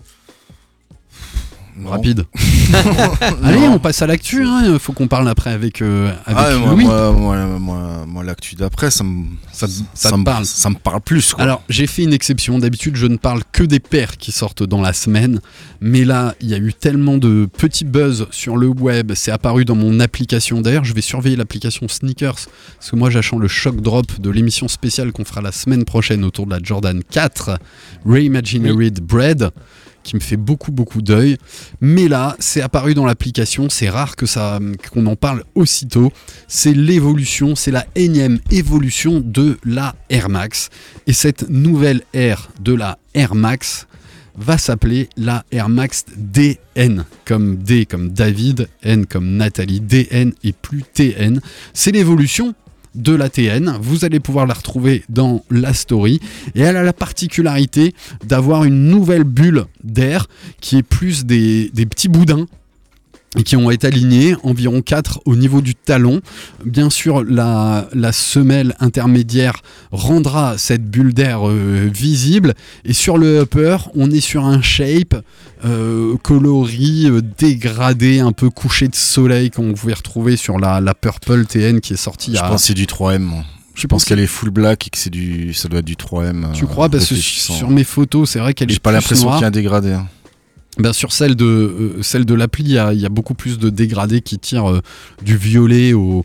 Non. Rapide. Allez, on passe à l'actu, hein. Faut qu'on parle après avec, euh, avec Ah, moi, Louis. moi, moi, moi, moi, l'actu d'après, ça me, ça, Ça te me parle. Ça me parle plus. Quoi. Alors, j'ai fait une exception. D'habitude, je ne parle que des paires qui sortent dans la semaine. Mais là, il y a eu tellement de petits buzz sur le web. C'est apparu dans mon application. D'ailleurs, je vais surveiller l'application Sneakers. Parce que moi, j'attends le choc drop de l'émission spéciale qu'on fera la semaine prochaine autour de la Jordan quatre, Reimagined Bread, qui me fait beaucoup beaucoup d'œil. Mais là, c'est apparu dans l'application, c'est rare que ça, qu'on en parle aussitôt. C'est l'évolution, c'est la énième évolution de la Air Max. Et cette nouvelle ère de la Air Max va s'appeler la Air Max D N, comme D comme David, N comme Nathalie, D N et plus T N. C'est l'évolution de la T N, vous allez pouvoir la retrouver dans la story, et elle a la particularité d'avoir une nouvelle bulle d'air qui est plus des, des petits boudins et qui ont été alignés, environ quatre au niveau du talon. Bien sûr, la, la semelle intermédiaire rendra cette bulle d'air euh, visible, et sur le upper, on est sur un shape euh, coloris, euh, dégradé, un peu couché de soleil, qu'on pouvait retrouver sur la, la Purple T N qui est sortie il y Je a... pense que c'est du trois M. Moi. Je pense qu'elle est full black et que c'est du, ça doit être du trois M. Tu crois? Parce que sur mes photos, c'est vrai qu'elle est J'ai pas plus l'impression noire. qu'il y a un dégradé. Hein. Ben sur celle de, euh, celle de l'appli, il y, a- il y a beaucoup plus de dégradés qui tirent euh, du violet au,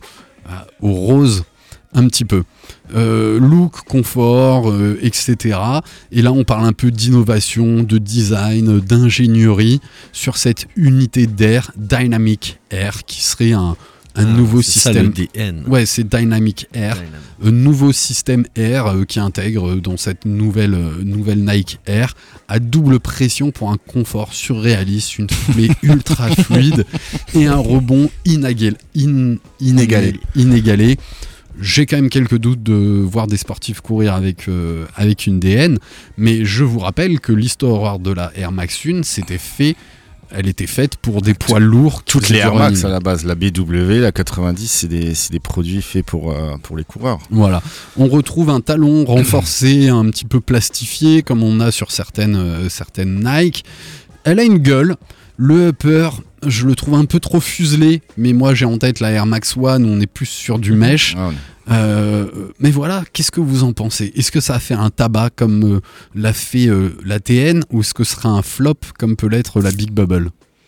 au rose un petit peu. Euh, look, confort, euh, et cetera. Et là, on parle un peu d'innovation, de design, d'ingénierie sur cette unité d'air, Dynamic Air, qui serait un, un Ah, nouveau c'est ça, système. le D N. Ouais, c'est Dynamic Air, Dynamic. un nouveau système Air euh, qui intègre euh, dans cette nouvelle, euh, nouvelle Nike Air à double pression pour un confort surréaliste, une foulée ultra fluide et un rebond inégal, in- inégalé. inégalé. J'ai quand même quelques doutes de voir des sportifs courir avec, euh, avec une D N, mais je vous rappelle que l'histoire de la Air Max un, c'était fait, elle était faite pour des poids lourds. Toutes qui les faisaient Air du Max running. à la base, la B W, la quatre-vingt-dix, c'est des, c'est des produits faits pour, euh, pour les coureurs. Voilà, on retrouve un talon renforcé, un petit peu plastifié, comme on a sur certaines, euh, certaines Nike. Elle a une gueule. Le upper, je le trouve un peu trop fuselé, mais moi j'ai en tête la Air Max One, on est plus sur du mesh. Ah, ouais. Euh, mais voilà, qu'est-ce que vous en pensez ? Est-ce que ça a fait un tabac comme euh, l'a fait euh, la T N, ou est-ce que ce sera un flop comme peut l'être la Big Bubble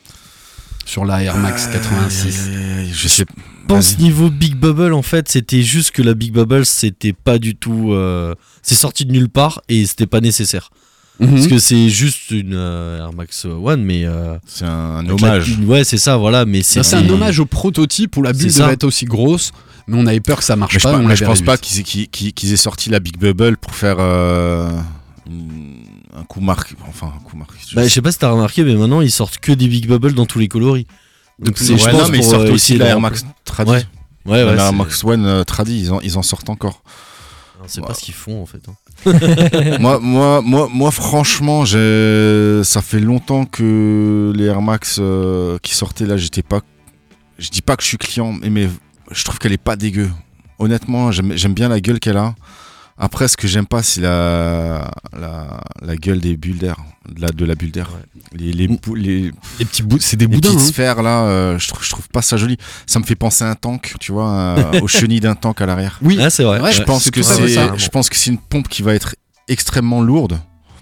sur la Air Max quatre-vingt-six ? Euh, je sais. Je pense Vas-y. niveau Big Bubble, en fait, c'était juste que la Big Bubble, c'était pas du tout. euh, C'est sorti de nulle part et c'était pas nécessaire. Parce que c'est juste une euh, Air Max One, mais. euh, C'est un, un avec la- hommage. Ouais, c'est ça, voilà. Mais Ça, c'est c'est un hommage au prototype où la bulle C'est ça. devait être aussi grosse, mais on avait peur que ça marche Mais je, pas. pense- on mais je l'avait pense pas réduite. qu'ils aient, qu'ils- qu'ils- qu'ils aient sorti la Big Bubble pour faire euh, une- un coup marqué. Enfin, un coup marqué. Bah, je sais pas si t'as remarqué, mais maintenant ils sortent que des Big Bubble dans tous les coloris. Donc c'est, Ouais, je non, pense, mais ils pour, sortent euh, aussi essayer la de Air remplir- Max Tradi. Ouais, ouais, ouais. la Air c'est- Max One euh, Tradi, ils en, ils en sortent encore. On sait pas ce qu'ils font en fait. hein. moi, moi, moi, moi, franchement, j'ai... ça fait longtemps que les Air Max euh, qui sortaient là, j'étais pas. Je dis pas que je suis client, mais, mais je trouve qu'elle est pas dégueu. Honnêtement, j'aime, j'aime bien la gueule qu'elle a. Après, ce que j'aime pas, c'est la, la, la gueule des bulles d'air, de la, de la bulle d'air. Les, les, bou- les, Les petits bouts, c'est des les boudins. petites hein. sphères là, euh, je, trouve, je trouve pas ça joli. Ça me fait penser à un tank, tu vois, euh, aux chenilles d'un tank à l'arrière. Oui, Ah, c'est vrai. Ouais, je, ouais, pense c'est que tout à fait c'est, ça. je pense que c'est une pompe qui va être extrêmement lourde.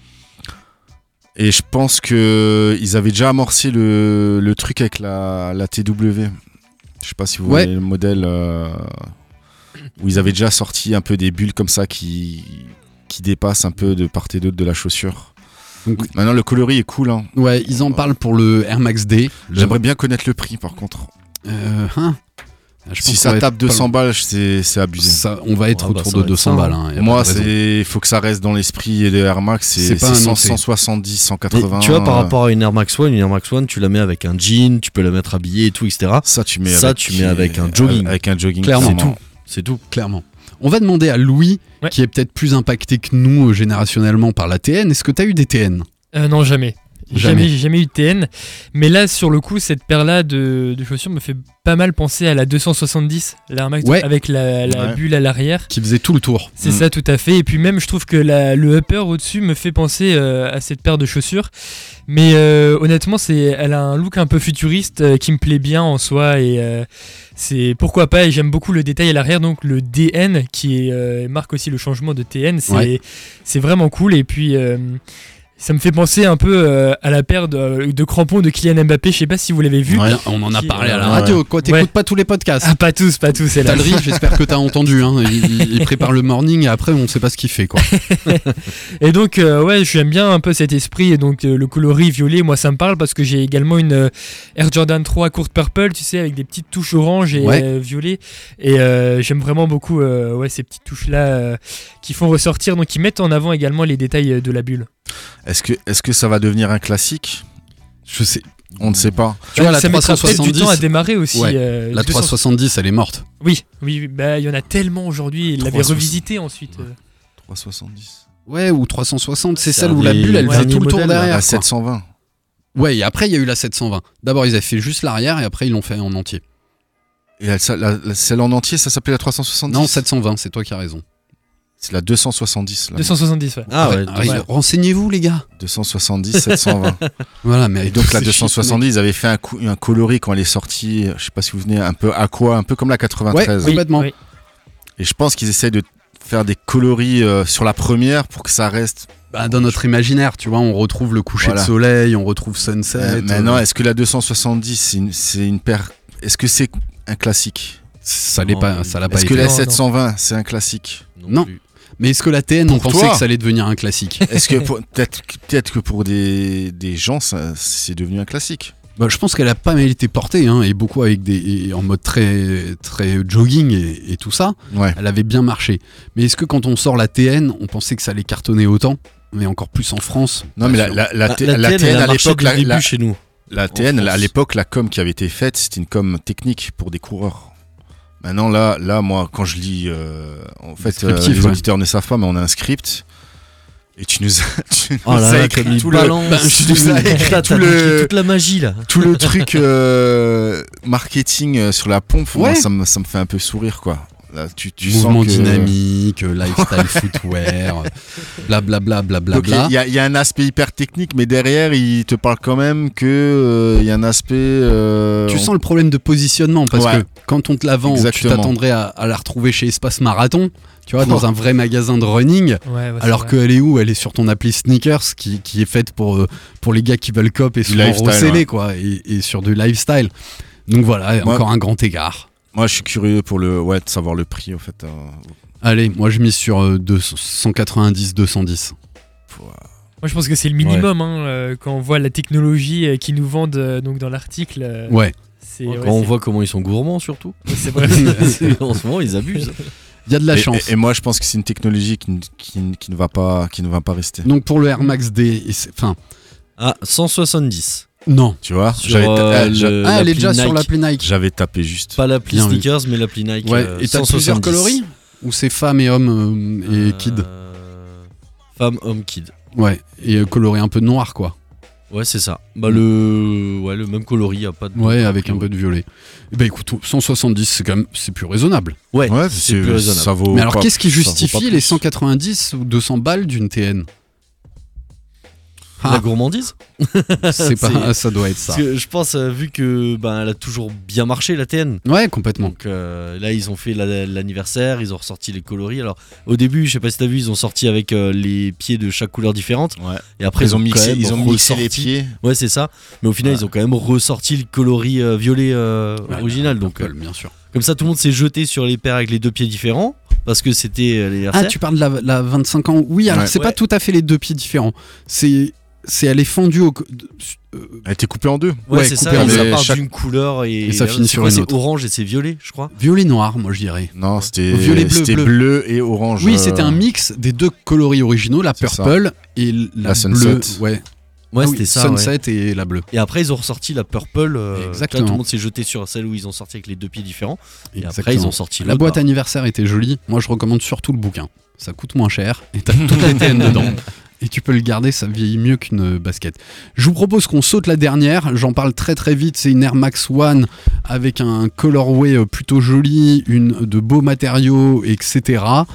Et je pense que ils avaient déjà amorcé le, le truc avec la, la T W. Je sais pas si vous Ouais. voyez le modèle euh, où ils avaient déjà sorti un peu des bulles comme ça qui, qui dépassent un peu de part et d'autre de la chaussure. Donc- Maintenant le coloris est cool. Hein. Ouais, ils en parlent pour le Air Max D. Le- J'aimerais bien connaître le prix par contre. Euh, hein Je pense Si qu'on ça va tape être deux cents pas balles, c'est, c'est loin. abusé. Ça, on va être Ah bah, autour ça de va être deux cents ça, balles. hein. hein, y a Moi, pas de raison. c'est, il faut que ça reste dans l'esprit des Air Max. C'est, C'est pas c'est un cent, noté. cent soixante-dix, cent Mais quatre-vingts. tu vois, par euh, rapport à une Air Max One, une Air Max One, tu la mets avec un jean, tu peux la mettre habillée et tout, et cetera. Ça, tu mets Ça, avec, tu mets avec un jogging. Avec un jogging. Clairement. C'est tout. C'est tout. Clairement. On va demander à Louis, Ouais. qui est peut-être plus impacté que nous euh, générationnellement par la T N. Est-ce que tu as eu des T N ? Euh, non, jamais. Jamais. Jamais, j'ai jamais eu de T N. Mais là, sur le coup, cette paire-là de, de chaussures me fait pas mal penser à la deux cent soixante-dix, l'Air Max, Ouais. avec la, la Ouais. bulle à l'arrière. Qui faisait tout le tour. C'est Mm. ça, tout à fait. Et puis même, je trouve que la- le upper au-dessus me fait penser euh, à cette paire de chaussures. Mais euh, honnêtement, c'est, elle a un look un peu futuriste euh, qui me plaît bien en soi. Et euh, c'est pourquoi pas. Et j'aime beaucoup le détail à l'arrière. Donc le D N qui est, euh, marque aussi le changement de T N. C'est, Ouais. c'est vraiment cool. Et puis. euh, ça me fait penser un peu euh, à la paire de, de crampons de Kylian Mbappé. Je sais pas si vous l'avez vu. Ouais, on en a Qui- parlé à la Ouais. radio. Quoi, t'écoutes Ouais. pas tous les podcasts. Ah, pas tous, pas tous. Elle a- Talry, j'espère que t'as entendu. Hein. Il, il- il prépare le morning et après, on sait pas ce qu'il fait. Quoi. Et donc, euh, ouais, j'aime bien un peu cet esprit. Et donc, euh, le coloris violet, moi, ça me parle parce que j'ai également une euh, Air Jordan trois courte purple, tu sais, avec des petites touches orange et Ouais. euh, violet. Et euh, j'aime vraiment beaucoup euh, ouais, ces petites touches-là euh, qui font ressortir, donc qui mettent en avant également les détails euh, de la bulle. Est-ce que, est-ce que ça va devenir un classique? Je sais. On ne sait pas. Tu vois, la ça mettra peut-être du trois cent soixante-dix, temps à démarrer aussi. Ouais. euh, la deux cents trois cent soixante-dix, elle est morte. Oui, oui, oui, bah, il y en a tellement aujourd'hui. Il l'avait trois cent soixante. revisité ensuite. euh. trois cent soixante-dix. Ouais, ou trois cent soixante, c'est C'est celle un où la des bulle, elle faisait derniers tout le tour modèles, là. derrière. La quoi. sept cent vingt. Ouais, et après, il y a eu la sept cent vingt. D'abord, ils avaient fait juste l'arrière et après, ils l'ont fait en entier. Et la- ça- la- la- celle en entier, ça s'appelait la trois cent soixante-dix? Non, sept cent vingt, c'est toi qui as raison. C'est la deux cent soixante-dix. Là. deux cent soixante-dix, ouais. Ah ouais, Ah, renseignez-vous, les gars. deux cent soixante-dix, sept cent vingt. Voilà, mais Et donc la ces deux cent soixante-dix, ils avaient fait un, coup- un coloris quand elle est sortie, je sais pas si vous venez, un peu aqua, un peu comme la quatre-vingt-treize. Ouais, complètement. Oui. Et je pense qu'ils essayent de faire des coloris euh, sur la première pour que ça reste. Bah, dans notre imaginaire, tu vois, on retrouve le coucher Voilà. de soleil, on retrouve Sunset. Euh, euh, maintenant, est-ce que la deux cent soixante-dix, c'est une, c'est une paire. Est-ce que c'est un classique? ça l'est Non, pas, mais- ça l'a pas Est-ce été. que la Non, sept cent vingt, c'est un classique? Non. plus. Mais est-ce que la T N, on Pour pensait toi que ça allait devenir un classique? Est-ce que pour- peut-être peut-être que pour des, des gens, ça, c'est devenu un classique? Bah, je pense qu'elle a pas mal été portée, hein, et beaucoup avec des, et en mode très, très jogging et, et tout ça. Ouais. Elle avait bien marché. Mais est-ce que quand on sort la T N, on pensait que ça allait cartonner autant? Mais encore plus en France. Non, Pas mais la, sûr. la, la, Ah, T- la la T N, T N elle a à marché l'époque, dès la, le début la, chez nous. la en T N, à France. l'époque, la com qui avait été faite, c'était une com technique pour des coureurs. Maintenant, là, là moi, quand je lis, euh, en fait, euh, Descriptif, les ouais. auditeurs ne savent pas, mais on a un script. Et tu nous as, tu Oh nous là as là, écrit comme il tout le, balance. Bah, tu nous as écrit T'as tout t'as le- niqué toute la magie là. tout le truc euh, marketing euh, sur la pompe. Moi, Ouais. ça me, ça me fait un peu sourire, quoi. Là, tu, tu Mouvement sens que... dynamique, euh, lifestyle footwear, blablabla, blablabla. Donc, il y, a- il y a un aspect hyper technique, mais derrière, il te parle quand même que euh, il y a un aspect. euh, Tu on- sens le problème de positionnement parce Ouais. que quand on te la vend, tu Exactement. t'attendrais à, à la retrouver chez Espace Marathon, tu vois, dans Oh. un vrai magasin de running. Ouais, ouais, c'est Alors vrai. qu'elle est où? Elle est sur ton appli Sneakers qui, qui est faite pour, euh, pour les gars qui veulent cop et Du souvent lifestyle, recélés, ouais. quoi, et, et sur du lifestyle. Donc voilà, Moi- encore un grand égard. Moi, je suis curieux pour le, ouais, de savoir le prix, en fait. euh, Allez, moi je mise sur euh, deux cent quatre-vingt-dix deux cent dix. Moi, je pense que c'est le minimum hein, euh, quand on voit la technologie euh, qu'ils nous vendent euh, donc dans l'article. euh, Ouais. c'est, Quand ouais, on c'est- voit comment ils sont gourmands surtout. c'est vrai. En ce moment, ils abusent. Il y a de la et, chance. et- et moi, je pense que c'est une technologie qui, n- qui, n- qui ne va pas, qui ne va pas rester. Donc pour le Air Max D, et c'est- enfin, Ah, cent soixante-dix. non. Tu vois, Sur, j'avais, ta- euh, ah, j'a- le- Ah, elle est l'appli déjà sur Nike. l'appli Nike. j'avais tapé juste. Pas l'appli Bien vu. Sneakers, mais l'appli Nike. Ouais, euh, et t'as cent plusieurs soixante-dix. coloris? Ou c'est femmes et hommes euh, et Euh, kid? Femme, homme, kid. Ouais, et euh, coloré un peu noir, quoi. Ouais, c'est ça. Bah, le... Ouais, le même coloris, y a pas de. Ouais, avec un peu de violet. Et bah écoute, cent soixante-dix, c'est quand même, c'est plus raisonnable. Ouais, Ouais, c'est c'est, plus raisonnable. ça vaut. Mais alors pas- qu'est-ce qui ça vaut pas justifie plus. les cent quatre-vingt-dix ou deux cents balles d'une T N? La Ah, gourmandise. c'est pas, c'est- ça doit être ça. Parce que je pense, euh, vu que ben, elle a toujours bien marché, la T N. Ouais, complètement. Donc euh, là, ils ont fait la- l'anniversaire, ils ont ressorti les coloris. Alors au début, je sais pas si t'as vu, ils ont sorti avec euh, les pieds de chaque couleur différente. Ouais. Et après, Ils ont quand mixé, même ils ont mixé les ressorti- pieds. Ouais, c'est ça. Mais au final, Ouais. ils ont quand même ressorti le coloris euh, violet euh, Ouais, original. bah, Donc euh, Purple, bien sûr. comme ça, tout le monde s'est jeté sur les paires avec les deux pieds différents parce que c'était euh, Ah, l'anniversaire. tu parles de la, la vingt-cinq ans? Oui, alors Ouais. c'est pas Ouais. tout à fait les deux pieds différents. C'est, c'est elle est fendue au. co- de- euh, Elle était coupée en deux. Ouais, ouais, c'est ça. coupé et en ça deux. part Chaque- d'une couleur et, Et ça finit c'est sur quoi, une c'est autre. orange et c'est violet, je crois. Violet noir, moi je dirais. Non, c'était Violet, bleu, c'était bleu. bleu et orange. Oui, euh, c'était un mix des deux coloris originaux, la C'est ça. purple et la, La bleue. sunset. Ouais. Ouais, Ah oui, c'était ça. ouais. Sunset et la bleue. Et après, ils ont ressorti la purple. euh, Exactement. là, tout le monde s'est jeté sur celle où ils ont sorti avec les deux pieds différents. Et après, Exactement. ils ont sorti La l'autre, boîte bah. anniversaire était jolie. Moi, je recommande surtout le bouquin. Ça coûte moins cher et t'as toute la T N dedans. Et tu peux le garder, ça vieillit mieux qu'une basket. Je vous propose qu'on saute la dernière. J'en parle très très vite. C'est une Air Max One avec un colorway euh, plutôt joli, une, de beaux matériaux, et cetera.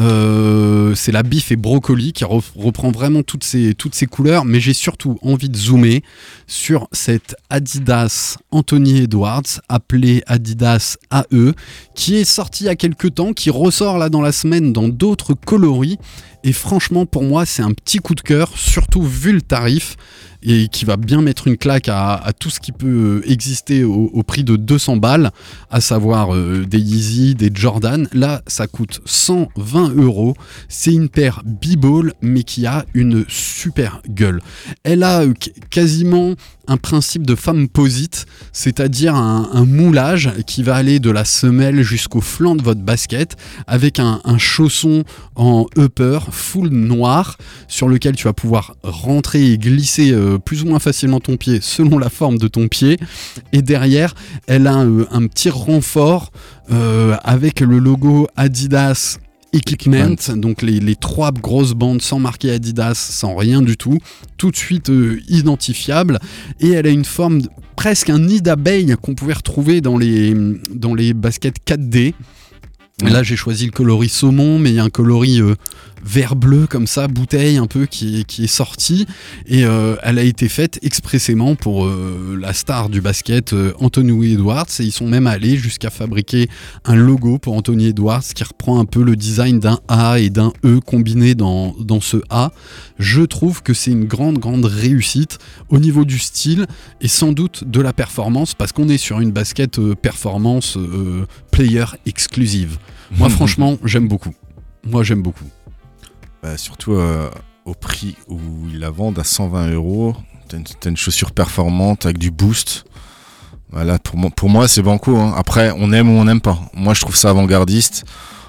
Euh, c'est la Biff et Brocoli qui re- reprend vraiment toutes ces, toutes ces couleurs. Mais j'ai surtout envie de zoomer sur cette Adidas Anthony Edwards, appelée Adidas A E, qui est sortie il y a quelques temps, qui ressort là dans la semaine dans d'autres coloris. Et franchement, pour moi, c'est un petit coup de cœur, surtout vu le tarif, et qui va bien mettre une claque à, à tout ce qui peut exister au, au prix de deux cents balles, à savoir euh, des Yeezy, des Jordan. Là, ça coûte cent vingt euros. C'est une paire b-ball, mais qui a une super gueule. Elle a euh, qu- quasiment un principe de femme posite, c'est-à-dire un, un moulage qui va aller de la semelle jusqu'au flanc de votre basket, avec un, un chausson en upper full noir sur lequel tu vas pouvoir rentrer et glisser euh, plus ou moins facilement ton pied selon la forme de ton pied. Et derrière, elle a euh, un petit renfort euh, avec le logo Adidas Equipment, donc les, les trois grosses bandes sans marquer Adidas, sans rien du tout, tout de suite euh, identifiable, et elle a une forme de- presque un nid d'abeille qu'on pouvait retrouver dans les, dans les baskets quatre D. Et là j'ai choisi le coloris saumon, mais il y a un coloris euh, vert bleu comme ça, bouteille un peu qui est, qui est sortie, et euh, elle a été faite expressément pour euh, la star du basket, euh, Anthony Edwards, et ils sont même allés jusqu'à fabriquer un logo pour Anthony Edwards qui reprend un peu le design d'un A et d'un E combiné dans, dans ce A. Je trouve que c'est une grande grande réussite au niveau du style et sans doute de la performance, parce qu'on est sur une basket euh, performance euh, player exclusive. Moi franchement j'aime beaucoup. Moi j'aime beaucoup. Bah, surtout euh, au prix où ils la vendent à cent vingt euros, t'as une, t'as une chaussure performante avec du boost. Voilà, pour moi, pour moi c'est banco. Hein. Après, on aime ou on n'aime pas. Moi, je trouve ça avant-gardiste.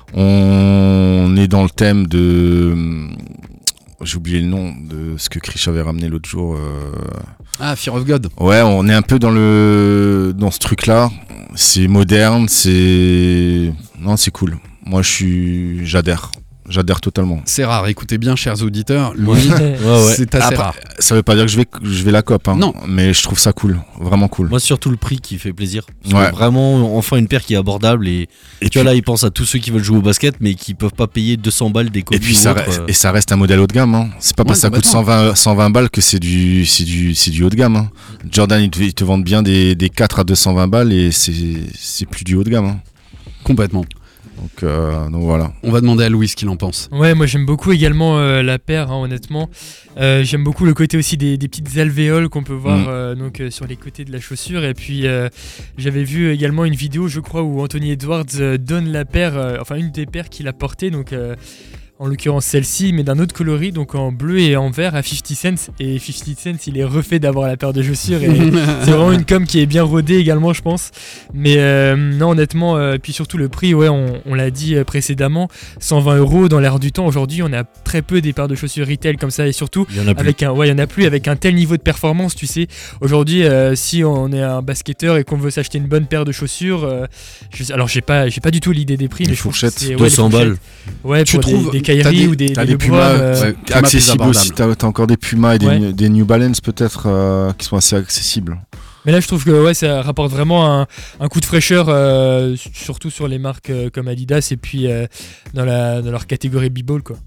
On est dans le thème de. J'ai oublié le nom de ce que Krish avait ramené l'autre jour. Euh... Ah, Fear of God. Ouais, on est un peu dans le dans ce truc-là. C'est moderne, c'est non, c'est cool. Moi, je suis, j'adhère. J'adhère totalement. C'est rare, écoutez bien chers auditeurs, Louis, ouais, ouais. c'est assez Après, rare. Ça veut pas dire que je vais, je vais la cope, hein, non. Mais je trouve ça cool, vraiment cool. Moi, c'est surtout le prix qui fait plaisir. Parce Ouais. que vraiment, enfin une paire qui est abordable et, Et tu vois là, ils pensent à tous ceux qui veulent jouer au basket mais qui peuvent pas payer deux cents balles des Et Kobe puis ou ça autre, reste, euh. et ça reste un modèle haut de gamme. Hein. C'est pas Ouais, parce que ça coûte complètement. cent vingt, cent vingt balles que c'est du, c'est du, c'est du haut de gamme. Hein. Jordan, ils te, ils te vendent bien des, des quatre à deux cent vingt balles et c'est, c'est plus du haut de gamme. Hein. Complètement. Donc, euh, donc voilà. On va demander à Louis ce qu'il en pense. Ouais, moi j'aime beaucoup également euh, la paire, hein, honnêtement. Euh, j'aime beaucoup le côté aussi des, des petites alvéoles qu'on peut voir Mm. euh, donc, euh, sur les côtés de la chaussure. Et puis euh, j'avais vu également une vidéo, je crois, où Anthony Edwards euh, donne la paire, euh, enfin une des paires qu'il a portées, donc euh, en l'occurrence celle-ci, mais d'un autre coloris, donc en bleu et en vert à cinquante cents. Et cinquante cents, il est refait d'avoir la paire de chaussures. Et c'est vraiment une com qui est bien rodée également, je pense. Mais euh, non, honnêtement, euh, puis surtout le prix, ouais, on, on l'a dit euh, précédemment, cent vingt euros dans l'air du temps. Aujourd'hui, on a très peu des paires de chaussures retail comme ça, et surtout Il y en a plus. avec un, ouais, il y en a plus avec un tel niveau de performance, tu sais. Aujourd'hui, euh, si on est un basketteur et qu'on veut s'acheter une bonne paire de chaussures, euh, je, alors j'ai pas, j'ai pas du tout l'idée des prix, Les mais je trouve que fourchettes, c'est- ouais, deux cents les fourchettes. balles. Ouais, Tu pour des- trouves- des, t'as Kyrie des- ou des, T'as des des LeBron, Pumas euh, ouais. Pumas accessibles plus aussi. abordables. T'as, t'as encore des Pumas et des, Ouais. New- des New Balance peut-être euh, qui sont assez accessibles. Mais là, je trouve que ouais, ça rapporte vraiment un, un coup de fraîcheur, euh, surtout sur les marques euh, comme Adidas et puis euh, dans, la, dans leur catégorie B-Ball, quoi.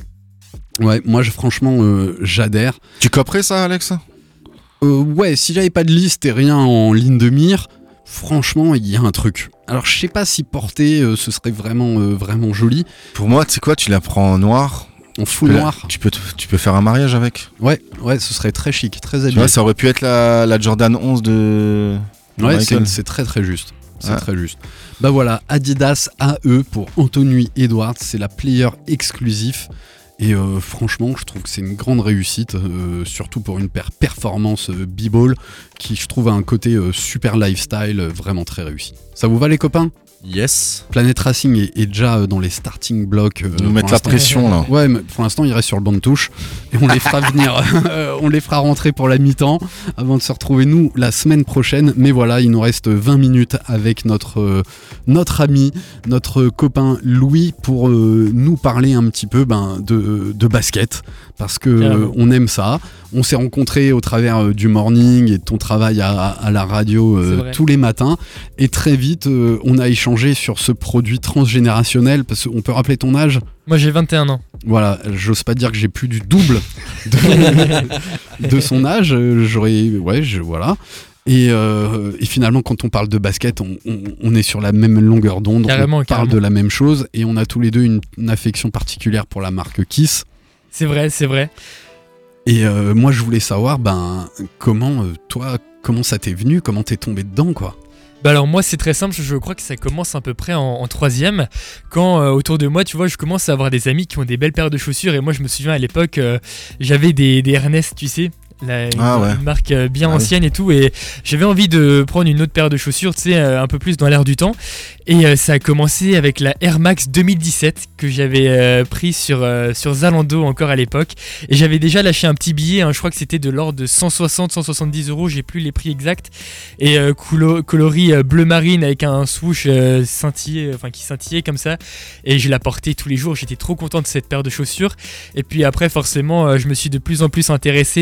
Ouais, moi je, franchement euh, j'adhère. Tu coperais ça, Alex? Euh, ouais, si j'avais pas de liste et rien en ligne de mire, franchement il y a un truc. Alors je sais pas si porter euh, ce serait vraiment, euh, vraiment joli. Pour moi, tu sais quoi, tu la prends en noir. En full Tu peux- noir. Tu peux, te- tu peux faire un mariage avec. Ouais, ouais, ce serait très chic, très Tu habillé. vois, ça aurait pu être la, la Jordan onze de. de Ouais, Michael. c'est, c'est très très juste. C'est Ouais. très juste. Bah voilà, Adidas A E pour Anthony Edwards, c'est la player exclusif. Et euh, franchement, je trouve que c'est une grande réussite, euh, surtout pour une paire performance euh, B-Ball qui, je trouve, a un côté euh, super lifestyle euh, vraiment très réussi. Ça vous va, les copains? Yes. Planet Racing est, est déjà euh, dans les starting blocks. euh, Ils nous pour mettent la l'instant. pression là. Ouais, mais pour l'instant, il reste sur le banc de touche et on les fera venir, euh, on les fera rentrer pour la mi-temps avant de se retrouver nous la semaine prochaine. Mais voilà, il nous reste vingt minutes avec notre euh, notre ami, notre copain Louis pour euh, nous parler un petit peu ben, de, de basket parce que Carrément. euh, on aime ça. On s'est rencontrés au travers euh, du morning et de ton travail à, à la radio euh, C'est vrai. tous les matins et très vite euh, on a échangé sur ce produit transgénérationnel parce qu'on peut rappeler ton âge. Moi, j'ai vingt et un ans. Voilà, j'ose pas dire que j'ai plus du double de, de son âge. euh, J'aurais, ouais, je, voilà. Et, euh, et finalement, quand on parle de basket, on, on- on est sur la même longueur d'onde. Carrément, on parle carrément. de la même chose et on a tous les deux une, une affection particulière pour la marque Kiss. C'est vrai, c'est vrai. Et euh, moi, je voulais savoir, ben, comment, euh, toi, comment ça t'est venu, comment t'es tombé dedans, quoi. Bah alors moi c'est très simple, je crois que ça commence à peu près en, en troisième, quand euh, autour de moi tu vois je commence à avoir des amis qui ont des belles paires de chaussures et moi je me souviens à l'époque euh, j'avais des, des Ernest tu sais, la, une, Ah ouais. une marque euh, bien Ah oui. ancienne et tout et j'avais envie de prendre une autre paire de chaussures tu sais euh, un peu plus dans l'air du temps et euh, ça a commencé avec la Air Max deux mille dix-sept que j'avais euh, pris sur, euh, sur Zalando encore à l'époque et j'avais déjà lâché un petit billet, hein, je crois que c'était de l'ordre de cent soixante à cent soixante-dix euros, j'ai plus les prix exacts et euh, coulo- coloris euh, bleu marine avec un swoosh euh, scintillé, enfin qui scintillait comme ça et je la portais tous les jours, j'étais trop content de cette paire de chaussures et puis après forcément euh, je me suis de plus en plus intéressé donc euh,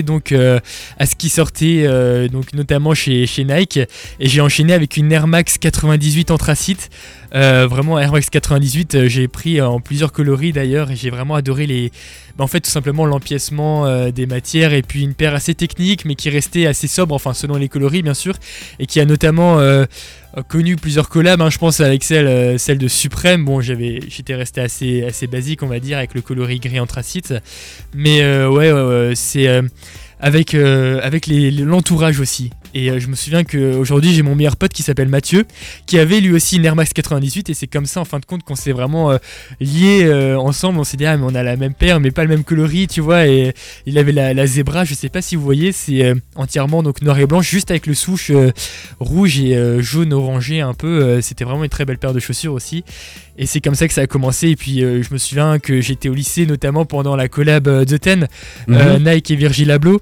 euh, à ce qui sortait, euh, donc notamment chez, chez Nike. Et j'ai enchaîné avec une Air Max quatre-vingt-dix-huit anthracite. Euh, vraiment Air Max quatre-vingt-dix-huit, euh, j'ai pris euh, en plusieurs coloris d'ailleurs, et j'ai vraiment adoré les, bah, en fait tout simplement l'empiècement euh, des matières, et puis une paire assez technique mais qui restait assez sobre, enfin selon les coloris bien sûr, et qui a notamment euh, connu plusieurs collabs, hein, je pense avec celle, euh, celle de Supreme. Bon, j'avais, j'étais resté assez, assez basique on va dire avec le coloris gris anthracite, mais euh, ouais, ouais, ouais c'est euh, avec, euh, avec les, l'entourage aussi. Et euh, je me souviens qu'aujourd'hui j'ai mon meilleur pote qui s'appelle Mathieu, qui avait lui aussi une Air Max quatre-vingt-dix-huit, et c'est comme ça en fin de compte qu'on s'est vraiment euh, liés euh, ensemble. On s'est dit ah mais on a la même paire mais pas le même coloris, tu vois. Et il avait la, la Zebra, je sais pas si vous voyez, c'est euh, entièrement donc noir et blanc, juste avec le souche euh, rouge et euh, jaune orangé un peu. Euh, c'était vraiment une très belle paire de chaussures aussi. Et c'est comme ça que ça a commencé. Et puis euh, je me souviens que j'étais au lycée notamment pendant la collab euh, The Ten, mm-hmm. euh, Nike et Virgil Abloh.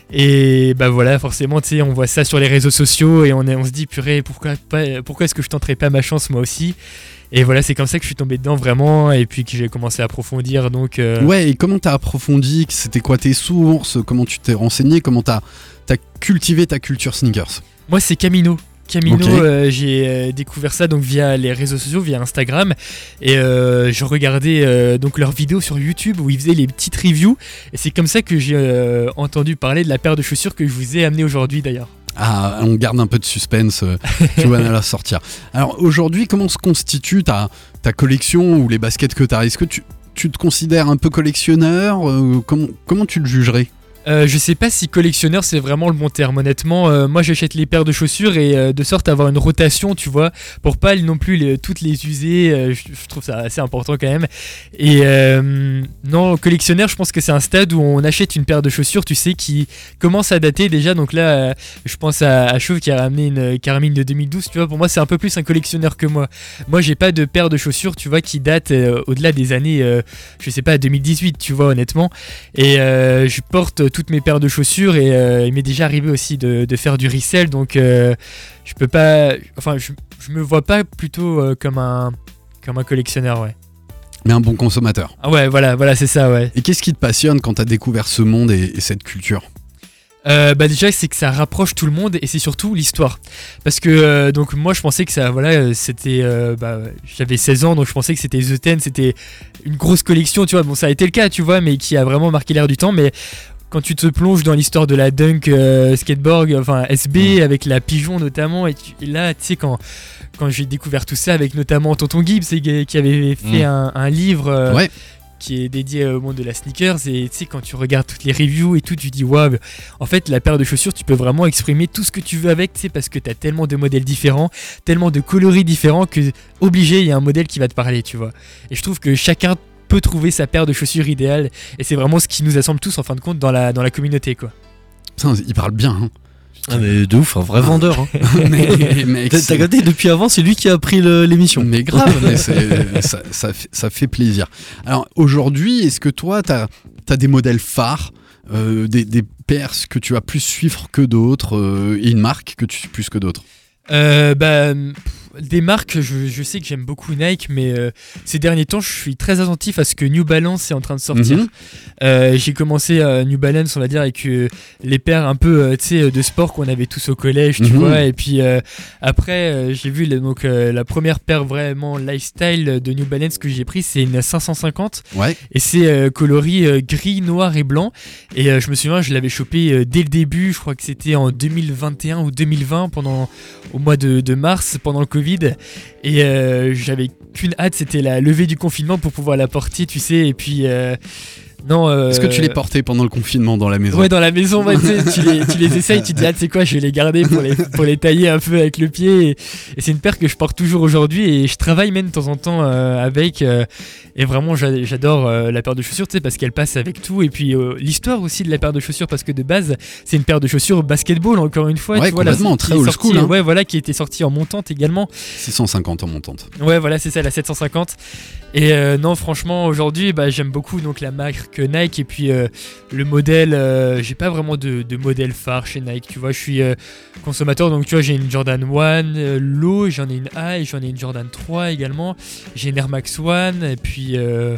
Et bah voilà, forcément, tu sais, on voit ça sur les réseaux sociaux et on, est, on se dit purée, pourquoi, pas, pourquoi est-ce que je tenterais pas ma chance moi aussi? Et voilà, c'est comme ça que je suis tombé dedans vraiment, et puis que j'ai commencé à approfondir. Donc euh... ouais, et comment t'as approfondi? C'était quoi tes sources? Comment tu t'es renseigné? Comment t'as, t'as cultivé ta culture sneakers? Moi, c'est Camino. Camino, okay. euh, j'ai euh, découvert ça donc via les réseaux sociaux, via Instagram, et euh, je regardais euh, donc leurs vidéos sur YouTube où ils faisaient les petites reviews, et c'est comme ça que j'ai euh, entendu parler de la paire de chaussures que je vous ai amenée aujourd'hui d'ailleurs. Ah, on garde un peu de suspense, euh, tu vas la sortir. Alors aujourd'hui, comment se constitue ta, ta collection ou les baskets que tu as? Est-ce que tu, tu te considères un peu collectionneur? euh, comment, comment tu le jugerais? Euh, je sais pas si collectionneur c'est vraiment le bon terme, honnêtement. Euh, moi j'achète les paires de chaussures et euh, de sorte à avoir une rotation, tu vois, pour pas non plus les, toutes les user. Euh, je, je trouve ça assez important quand même. Et euh, non, collectionneur, je pense que c'est un stade où on achète une paire de chaussures, tu sais, qui commence à dater déjà. Donc là, euh, je pense à, à Chauve qui a ramené une Carmine de deux mille douze, tu vois. Pour moi, c'est un peu plus un collectionneur que moi. Moi, j'ai pas de paire de chaussures, tu vois, qui date euh, au-delà des années, euh, je sais pas, deux mille dix-huit, tu vois, honnêtement. Et euh, je porte toutes mes paires de chaussures, et euh, il m'est déjà arrivé aussi de, de faire du resell, donc euh, je peux pas, enfin je, je me vois pas plutôt euh, comme un comme un collectionneur, ouais. Mais un bon consommateur. Ah ouais, voilà, voilà, c'est ça, ouais. Et qu'est-ce qui te passionne quand t'as découvert ce monde et, et cette culture? Euh, bah déjà c'est que ça rapproche tout le monde, et c'est surtout l'histoire, parce que euh, donc moi je pensais que ça, voilà, c'était euh, bah, j'avais seize ans, donc je pensais que c'était The Ten, c'était une grosse collection, tu vois. Bon, ça a été le cas, tu vois, mais qui a vraiment marqué l'air du temps. Mais quand tu te plonges dans l'histoire de la Dunk euh, Skateboard, enfin S B, avec la Pigeon notamment, et, tu, et là tu sais quand quand j'ai découvert tout ça avec notamment Tonton Gibbs qui avait fait mmh. un, un livre euh, ouais. qui est dédié au monde de la sneakers, et tu sais quand tu regardes toutes les reviews et tout, tu dis waouh, en fait la paire de chaussures tu peux vraiment exprimer tout ce que tu veux avec, tu sais, parce que t'as tellement de modèles différents, tellement de coloris différents que obligé il y a un modèle qui va te parler, tu vois. Et je trouve que chacun peut trouver sa paire de chaussures idéale, et c'est vraiment ce qui nous assemble tous en fin de compte dans la, dans la communauté, quoi. Putain, il parle bien, hein. Ah mais de ouf, un vrai vendeur, hein. mais, mec, t'as regardé depuis avant, c'est lui qui a pris le, l'émission. Mais grave, mais c'est, ça, ça, fait, ça fait plaisir. Alors aujourd'hui, est-ce que toi t'as, t'as des modèles phares, euh, des, des paires que tu vas plus suivre que d'autres, euh, et une marque que tu suis plus que d'autres? euh, bah, Des marques, je, je sais que j'aime beaucoup Nike, mais euh, ces derniers temps, je suis très attentif à ce que New Balance est en train de sortir. Mm-hmm. Euh, j'ai commencé à New Balance, on va dire, avec euh, les paires un peu, euh, tu sais, de sport qu'on avait tous au collège, tu mm-hmm. vois. Et puis euh, après, euh, j'ai vu le, donc euh, la première paire vraiment lifestyle de New Balance que j'ai pris, c'est une cinq cent cinquante. Ouais. Et c'est euh, coloris euh, gris, noir et blanc. Et euh, je me souviens, je l'avais chopé euh, dès le début. Je crois que c'était en deux mille vingt et un ou deux mille vingt, pendant au mois de, de mars, pendant le Covid. Et euh, j'avais qu'une hâte, c'était la levée du confinement pour pouvoir la porter, tu sais. Et puis euh, non. Euh... Est-ce que tu les portais pendant le confinement dans la maison? Ouais, dans la maison, ouais, tu, sais, tu, les, tu les essayes, tu te dis ah, tu sais quoi, je vais les garder pour les, pour les tailler un peu avec le pied. Et, et c'est une paire que je porte toujours aujourd'hui, et je travaille même de temps en temps euh, avec. Euh, et vraiment, j'adore euh, la paire de chaussures, tu sais, parce qu'elle passe avec tout. Et puis euh, l'histoire aussi de la paire de chaussures, parce que de base, c'est une paire de chaussures basketball, encore une fois. Ouais, tu vois, complètement, la, très old sortie, school. Hein. Ouais, voilà, qui était sortie en montante également. six cent cinquante en montante. Ouais, voilà, c'est ça, la sept cent cinquante. Et euh, non, franchement, aujourd'hui, bah, j'aime beaucoup donc la marque Nike, et puis euh, le modèle. Euh, j'ai pas vraiment de, de modèle phare chez Nike, tu vois. Je suis euh, consommateur, donc tu vois, j'ai une Jordan un euh, Low, j'en ai une High, j'en ai une Jordan trois également. J'ai une Air Max One, et puis euh,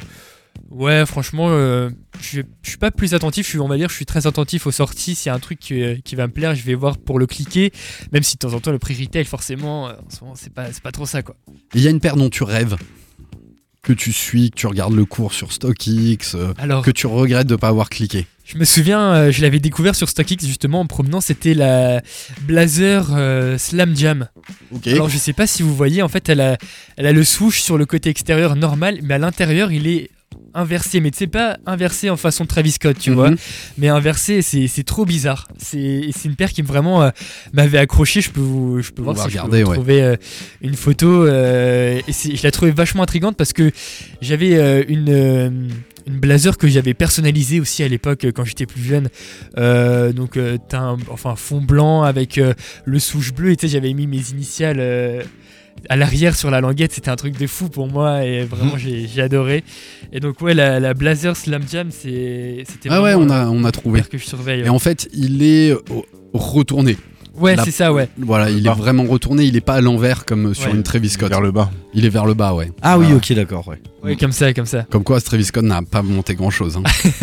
Ouais, franchement, euh, je, je suis pas plus attentif, je suis, on va dire, je suis très attentif aux sorties. S'il y a un truc qui, qui va me plaire, je vais voir pour le cliquer. Même si de temps en temps, le prix retail, forcément, euh, en ce moment, c'est pas, c'est pas trop ça, quoi. Il y a une paire dont tu rêves, que tu suis, que tu regardes le cours sur StockX, euh, Alors, que tu regrettes de pas avoir cliqué. je me souviens, euh, je l'avais découvert sur StockX justement en promenant, c'était la Blazer euh, Slam Jam. Ok. Alors je sais pas si vous voyez, en fait elle a, elle a le swoosh sur le côté extérieur normal, mais à l'intérieur il est inversé, mais tu sais pas inversé en façon Travis Scott, tu Mhm. vois, mais inversé, c'est, c'est trop bizarre. C'est, c'est une paire qui vraiment euh, m'avait accroché. Je peux vous, je peux On voir va si regarder, je peux ouais. vous trouver euh, une photo. euh, et c'est, je la trouvais vachement intrigante parce que j'avais euh, une euh, une blazer que j'avais personnalisée aussi à l'époque euh, quand j'étais plus jeune. Euh, donc euh, t'as un enfin fond blanc avec euh, le souche bleu, et tu sais j'avais mis mes initiales euh, à l'arrière sur la languette. C'était un truc de fou pour moi et vraiment j'ai, j'ai adoré. Et donc ouais, la, la Blazer Slam Jam, c'est, c'était Ah ouais, vraiment on a, on a une trouvé. paire que je surveille. Et Ouais, en fait, il est euh, retourné. ouais la- c'est ça, ouais. Voilà, il est Ah. vraiment retourné, il est pas à l'envers comme sur Ouais. une Travis Scott. Vers le bas. Il est vers le bas, ouais. Ah oui, Ah. ok, d'accord, ouais. Ouais, comme ça, comme ça. Comme quoi, Travis Scott n'a pas monté grand chose.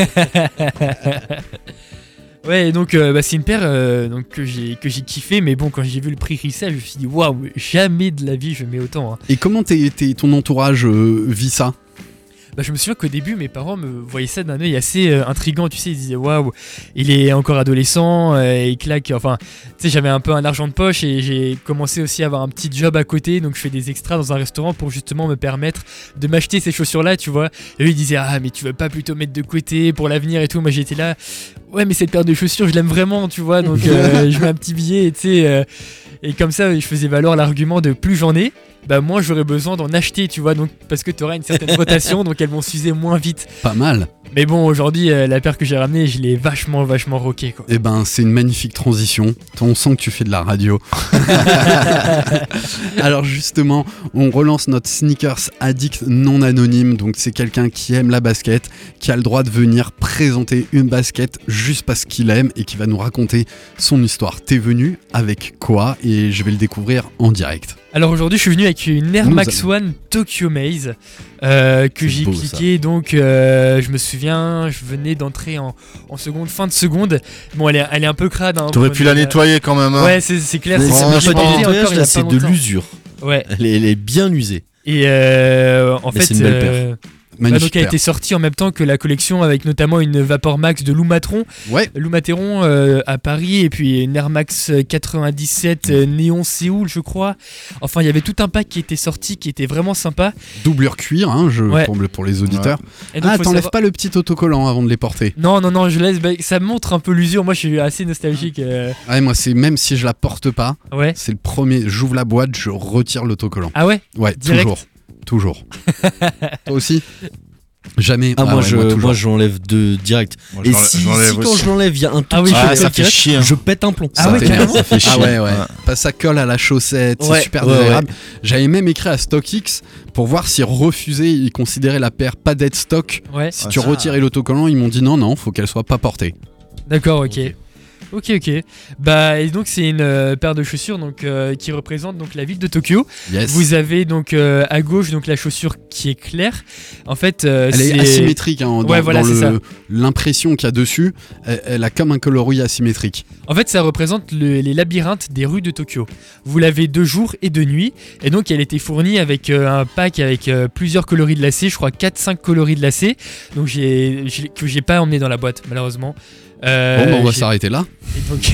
Ouais, et donc euh, bah, c'est une paire euh, donc, que, j'ai, que j'ai kiffé, mais bon, quand j'ai vu le prix resale, je me suis dit waouh, jamais de la vie je mets autant. Hein. Et comment t'es, t'es- ton entourage euh, vit ça? Bah, je me souviens qu'au début, mes parents me voyaient ça d'un œil assez euh, intriguant, tu sais, ils disaient waouh, il est encore adolescent, euh, il claque, enfin, tu sais, j'avais un peu un argent de poche et j'ai commencé aussi à avoir un petit job à côté, donc je fais des extras dans un restaurant pour justement me permettre de m'acheter ces chaussures-là, tu vois. Et eux, ils disaient ah, mais tu veux pas plutôt mettre de côté pour l'avenir et tout. Moi, j'étais là, ouais, mais cette paire de chaussures, je l'aime vraiment, tu vois, donc euh, je mets un petit billet, et tu sais, euh, et comme ça, je faisais valoir l'argument de plus j'en ai, bah moins j'aurais besoin d'en acheter, tu vois, donc parce que tu auras une certaine rotation, donc elles vont s'user moins vite. Pas mal. Mais bon, aujourd'hui, euh, la paire que j'ai ramenée, je l'ai vachement, vachement rockée, quoi. Eh ben, c'est une magnifique transition. On sent que tu fais de la radio. Alors justement, on relance notre sneakers addict non anonyme. Donc c'est quelqu'un qui aime la basket, qui a le droit de venir présenter une basket juste parce qu'il aime et qui va nous raconter son histoire. T'es venu avec quoi? Et je vais le découvrir en direct. Alors aujourd'hui, je suis venu avec une Air Nous Max allons. One Tokyo Maze euh, que C'est j'ai beau, cliqué. Donc, euh, je me souviens, je venais d'entrer en, en seconde, fin de seconde. Bon, elle est, elle est un peu crade. Hein, T'aurais pour pu une- la nettoyer quand même. Hein. Ouais, c'est, c'est clair. Mais c'est c'est franchement, même ça. pas J'ai du été nettoyage, encore il y a là, pas c'est de longtemps. l'usure. Ouais. Elle est, elle est bien usée. Et euh, en Mais fait, c'est une belle paire. euh, bah, Magnifique donc elle a paire. été sortie en même temps que la collection avec notamment une Vapor Max de Lou Matron. Ouais. Lou Materon euh, à Paris et puis une Air Max quatre-vingt-dix-sept euh, Néon Séoul, je crois. Enfin, il y avait tout un pack qui était sorti qui était vraiment sympa. Doublure cuir, hein, je, Ouais. pour, le- pour les auditeurs. Et donc, Ah, faut t'enlèves savoir- pas le petit autocollant avant de les porter. Non, non, non, je laisse. Bah, ça montre un peu l'usure. Moi, je suis assez nostalgique. euh, Ouais, moi, c'est même si je la porte pas, Ouais. c'est le premier. J'ouvre la boîte, je retire l'autocollant. Ah ouais. Ouais, Direct. toujours. Toujours. Toi aussi? Jamais. Ah, moi, ouais, je, toujours. moi, je l'enlève de direct. Moi, je Et l'enlève- si, je l'enlève si quand aussi. je l'enlève, il y a un tout Ah oui, petit je Ah, peu ça qui fait reste, chier. hein. je pète un plomb. Ah Ça ouais, t'énerve. carrément. Ça fait chier. Ah ouais, ouais. Ouais. Parce que ça colle à la chaussette, Ouais, c'est super ouais, désagréable. J'avais même écrit à StockX pour voir s'ils refusaient, ils considéraient la paire pas dead stock. Ouais. Si Ah, tu ça. retirais l'autocollant, ils m'ont dit non, non, faut qu'elle soit pas portée. D'accord, ok. Ok, ok. Bah, et donc, c'est une euh, paire de chaussures donc, euh, qui représente donc, la ville de Tokyo. Yes. Vous avez donc euh, à gauche donc, la chaussure qui est claire. En fait, euh, Elle est c'est asymétrique hein, dans, Ouais, voilà, dans c'est ça. le- l'impression qu'il y a dessus. Elle, elle a comme un coloris asymétrique. En fait, ça représente le- les labyrinthes des rues de Tokyo. Vous l'avez de jour et de nuit. Et donc, elle était fournie avec euh, un pack avec euh, plusieurs coloris de lacets. Je crois quatre cinq coloris de lacets. Donc, j'ai, j'ai- que j'ai pas emmené dans la boîte, malheureusement. Euh, Bon, bah, on va j'ai- s'arrêter là. Et donc,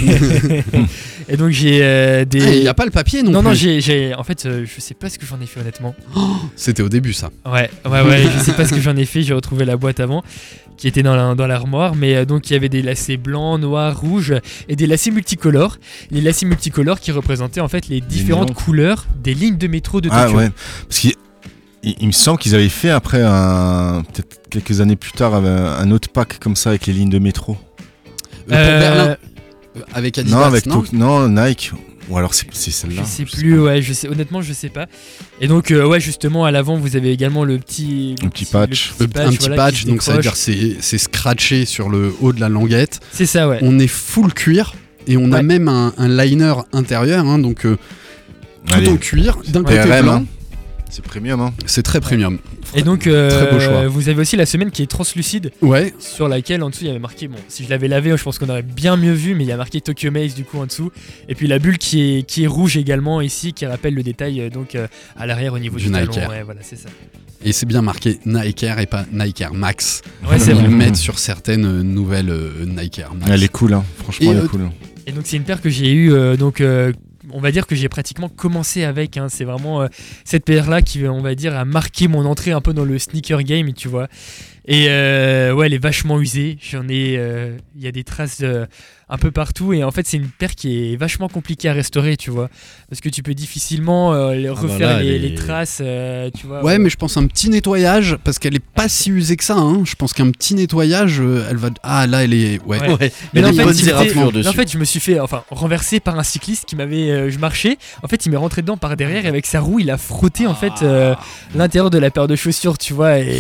et donc j'ai euh, des. Ah, il n'y a pas le papier non, non, plus. non, j'ai, j'ai- en fait, euh, je sais pas ce que j'en ai fait honnêtement. C'était au début ça. Ouais, ouais, ouais, je sais pas ce que j'en ai fait. J'ai retrouvé la boîte avant, qui était dans, la- dans l'armoire. Mais euh, donc, il y avait des lacets blancs, noirs, rouges et des lacets multicolores. Les lacets multicolores qui représentaient en fait les différentes nylons. couleurs des lignes de métro de Ah Tokyo. ouais. Parce qu'il il, il me semble qu'ils avaient fait après un peut-être quelques années plus tard un, un autre pack comme ça avec les lignes de métro. Euh, pour Euh, Berlin. Euh, avec Adidas, non, avec non Tok- non Nike. Ou alors c'est, c'est celle-là. Je sais je plus, pas. ouais, je sais, honnêtement, je sais pas. Et donc, euh, ouais, justement, à l'avant, vous avez également le petit, le Un petit patch. le Euh, un petit voilà, patch, qui se donc ça veut décroche. dire c'est c'est scratché sur le haut de la languette. C'est ça, ouais. On est full cuir et on a Ouais. même un, un liner intérieur, hein, donc euh, tout Allez. en cuir, d'un P côté R M, blanc. hein. C'est premium, hein. C'est très premium. Et donc, euh, Très beau choix. vous avez aussi la semelle qui est translucide, Ouais, sur laquelle en dessous il y avait marqué, bon, si je l'avais lavé, je pense qu'on aurait bien mieux vu, mais il y a marqué Tokyo Maze du coup en dessous. Et puis la bulle qui est, qui est rouge également ici, qui rappelle le détail euh, donc euh, à l'arrière au niveau Du du, Nike talon. Air. Ouais, voilà, c'est ça. et c'est bien marqué Nike Air et pas Nike Air Max. Ouais, c'est Ils vrai. le mettent sur certaines euh, nouvelles euh, Nike Air Max. Elle est cool, hein. Franchement, Et, elle est euh, cool. Et donc c'est une paire que j'ai eu euh, donc euh, on va dire que j'ai pratiquement commencé avec, hein. C'est vraiment euh, cette paire là qui on va dire a marqué mon entrée un peu dans le sneaker game, tu vois. Et euh, ouais, elle est vachement usée, j'en ai euh, il y a des traces euh, un peu partout, et en fait c'est une paire qui est vachement compliquée à restaurer, tu vois, parce que tu peux difficilement euh, bah refaire là, les, elle est- les traces, euh, tu vois. Ouais, mais je pense un petit nettoyage, parce qu'elle est pas si usée que ça. Hein. Je pense qu'un petit nettoyage, euh, elle va. Ah là, elle est. Ouais. Ouais. Ouais. Mais Il y a en des fait, bonnes il était- éraflures dessus. en fait, je me suis fait enfin renverser par un cycliste qui m'avait, euh, je marchais. En fait, il m'est rentré dedans par derrière et avec sa roue, il a frotté en fait euh, l'intérieur de la paire de chaussures, tu vois. Et,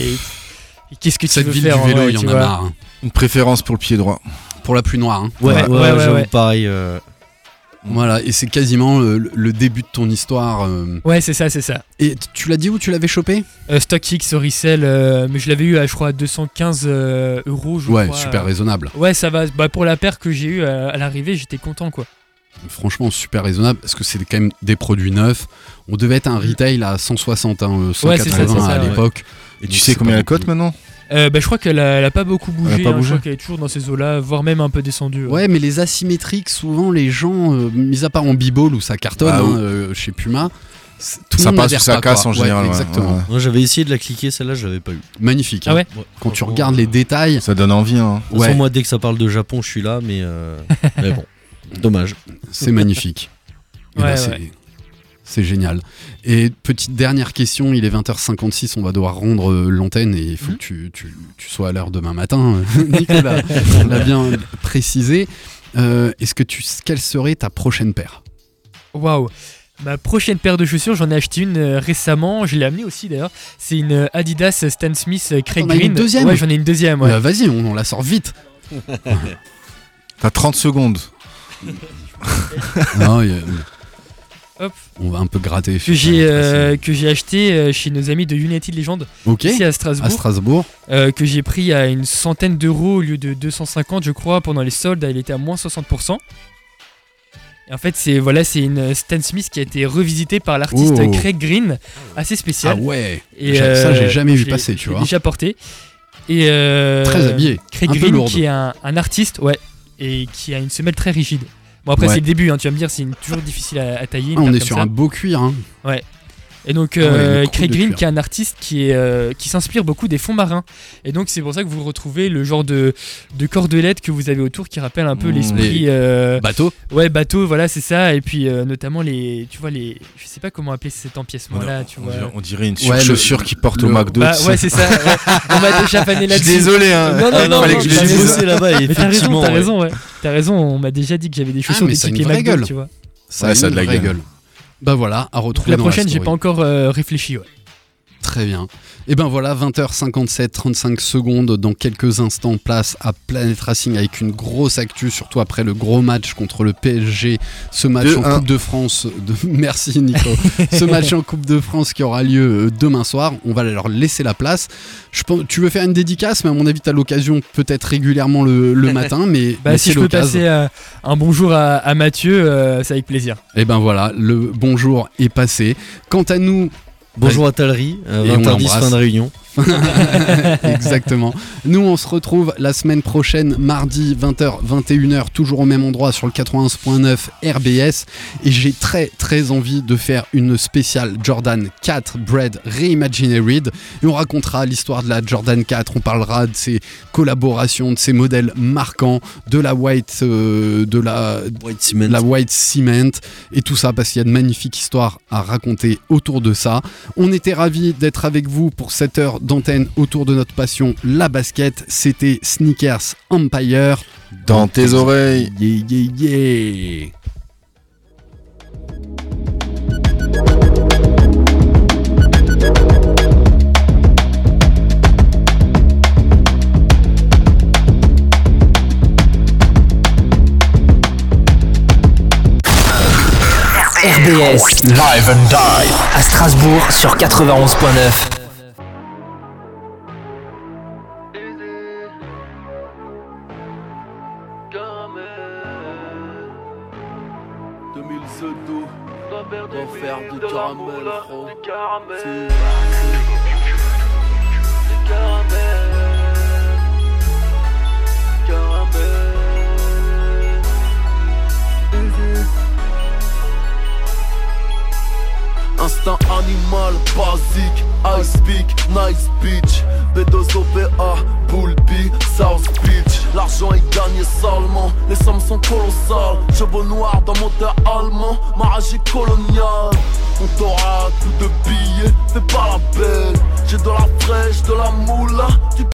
et qu'est-ce que tu Cette veux ville faire du en vélo, vrai, il y tu en a vois. marre. hein. Une préférence pour le pied droit. Pour la plus noire. hein. Ouais, Ouais, ouais, ouais, ouais, j'avoue, ouais. pareil. euh, Voilà, et c'est quasiment le, le début de ton histoire. euh. Ouais, c'est ça, c'est ça. Et t- tu l'as dit où tu l'avais chopé? Euh, StockX au resell, euh, mais je l'avais eu à je crois deux cent quinze euh, euros. Je Ouais, crois. super raisonnable. Ouais, ça va. Bah, pour la paire que j'ai eu à, à l'arrivée, j'étais content quoi. Franchement, super raisonnable parce que c'est quand même des produits neufs. On devait être un retail à cent soixante, hein, euh, cent Ouais, c'est ça, quatre-vingts c'est ça, à ouais. l'époque. Et tu Donc, sais c'est combien pas elle cote beaucoup. maintenant? Euh, bah, je crois qu'elle a, elle a pas beaucoup bougé. Elle a pas hein, je bougé crois qu'elle est toujours dans ces eaux-là, voire même un peu descendue. Ouais, mais les asymétriques, souvent les gens, euh, mis à part en b-ball où ça cartonne, Ah, hein, oui. euh, chez Puma, c'est- tout le Ça monde passe ou n'adhère ça pas, casse quoi. en Ouais, général. ouais, exactement. ouais. Moi j'avais essayé de la cliquer, celle-là je l'avais pas eu. Magnifique. Ah hein. ouais. Quand tu Franchement, regardes les détails, Ça donne envie, hein. De toute façon, ouais, moi dès que ça parle de Japon, je suis là, mais, euh, mais bon, dommage. c'est magnifique. Et Ouais, bah, ouais. c'est- C'est génial. Et petite dernière question, il est vingt heures cinquante-six, on va devoir rendre euh, l'antenne et il faut Mhm. que tu, tu- tu sois à l'heure demain matin. Nicolas l'a- l'a bien précisé. Euh, Est-ce que tu, quelle serait ta prochaine paire? Waouh. Ma prochaine paire de chaussures, j'en ai acheté une euh, récemment, je l'ai amenée aussi d'ailleurs. C'est une euh, Adidas Stan Smith euh, Craig T'en as une Green. deuxième? Ouais, j'en ai une deuxième. Ouais. Bah, vas-y, on, on la sort vite. T'as trente secondes. Non, il y a- Hop. On va un peu gratter. Que j'ai euh, que j'ai acheté euh, chez nos amis de United Legend Ok. ici à À Strasbourg, Strasbourg. euh, que j'ai pris à une centaine d'euros au lieu de deux cent cinquante, je crois. Pendant les soldes, il était à moins soixante pour cent. Et en fait, c'est voilà, c'est une Stan Smith qui a été revisitée par l'artiste Oh. Craig Green, assez Ah spécial. ouais. Et J'a- euh, ça, j'ai jamais je vu l'ai- passer, je tu l'ai vois. déjà porté. Et euh, Très habillé. Craig un peu Green lourde. qui est un, un artiste, ouais, et qui a une semelle très rigide. Bon après Ouais. c'est le début, hein, tu vas me dire c'est une- toujours difficile à, à tailler. une Ah, on paire est comme sur ça. un beau cuir. Hein. Et donc Ah ouais, euh, une croûte Craig de Green cuir. qui est un artiste qui, est, euh, qui s'inspire beaucoup des fonds marins. Et donc c'est pour ça que vous retrouvez le genre de, de cordelettes que vous avez autour qui rappelle un peu Mmh. l'esprit... Les- euh, Bateau. ouais, bateau, voilà c'est ça. Et puis euh, notamment les... Tu vois les... Je sais pas comment appeler cet empiècement là, tu on, vois. dirait, on dirait une Ouais, chaussure le- qui porte le- au McDo. Bah tu sais. ouais c'est ça, ouais. On m'a déjà fané Je suis là-dessus. désolé, hein. Non, non, Ah non, fallait non, que je t'as le j'ai dise. raison. bossé là-bas et Mais t'as raison, effectivement. t'as ouais. raison, ouais. T'as raison, on m'a déjà dit que j'avais des chaussures mais de ça a une type vraie McDo, gueule. tu vois. Ça Ouais, a ça a une de la vraie gueule. gueule. Bah voilà, à Donc retrouver la dans prochaine, j'ai story. pas encore euh, réfléchi, ouais. Très bien. Et ben voilà, vingt heures cinquante-sept, trente-cinq secondes. Dans quelques instants, place à Planet Racing avec une grosse actu, surtout après le gros match contre le P S G. Ce match deux en un. Coupe de France. De... Merci Nico. Ce match en Coupe de France qui aura lieu euh, demain soir. On va leur laisser la place. Je pense... Tu veux faire une dédicace, mais à mon avis, tu as l'occasion peut-être régulièrement le, le matin. Mais, Bah mais si c'est je peux l'occasion. passer euh, un bonjour à, à Mathieu, euh, c'est avec plaisir. Et ben voilà, le bonjour est passé. Quant à nous, Bonjour à Talerie, euh, Et on vingt heures dix, l'embrasse. fin de réunion. exactement. Nous, on se retrouve la semaine prochaine, mardi vingt heures, vingt et une heures, toujours au même endroit sur le quatre-vingt-onze point neuf R B S. Et j'ai très très envie de faire une spéciale Jordan quatre Bread Reimagined. Et on racontera l'histoire de la Jordan quatre. On parlera de ses collaborations, de ses modèles marquants, de la White, euh, de la, White Cement. la White Cement et tout ça parce qu'il y a de magnifiques histoires à raconter autour de ça. On était ravis d'être avec vous pour cette heure d'antenne autour de notre passion, la basket. C'était Sneakers Empire. Dans tes oreilles. Yeah, yeah, yeah. R R B S Live and Die à Strasbourg sur quatre-vingt-onze point neuf. Pour faire du caramel, frérot. Du caramel. Du caramel. Caramel. Instinct animal, basique, ice peak, nice beach. B deux O P A, Poulpi, South Beach. L'argent est gagné salement, les sommes sont colossales. Cheveux noirs dans mon terre allemand, ma rage est coloniale. On t'aura tout de billets, fais pas la belle. J'ai de la fraîche, de la moula, du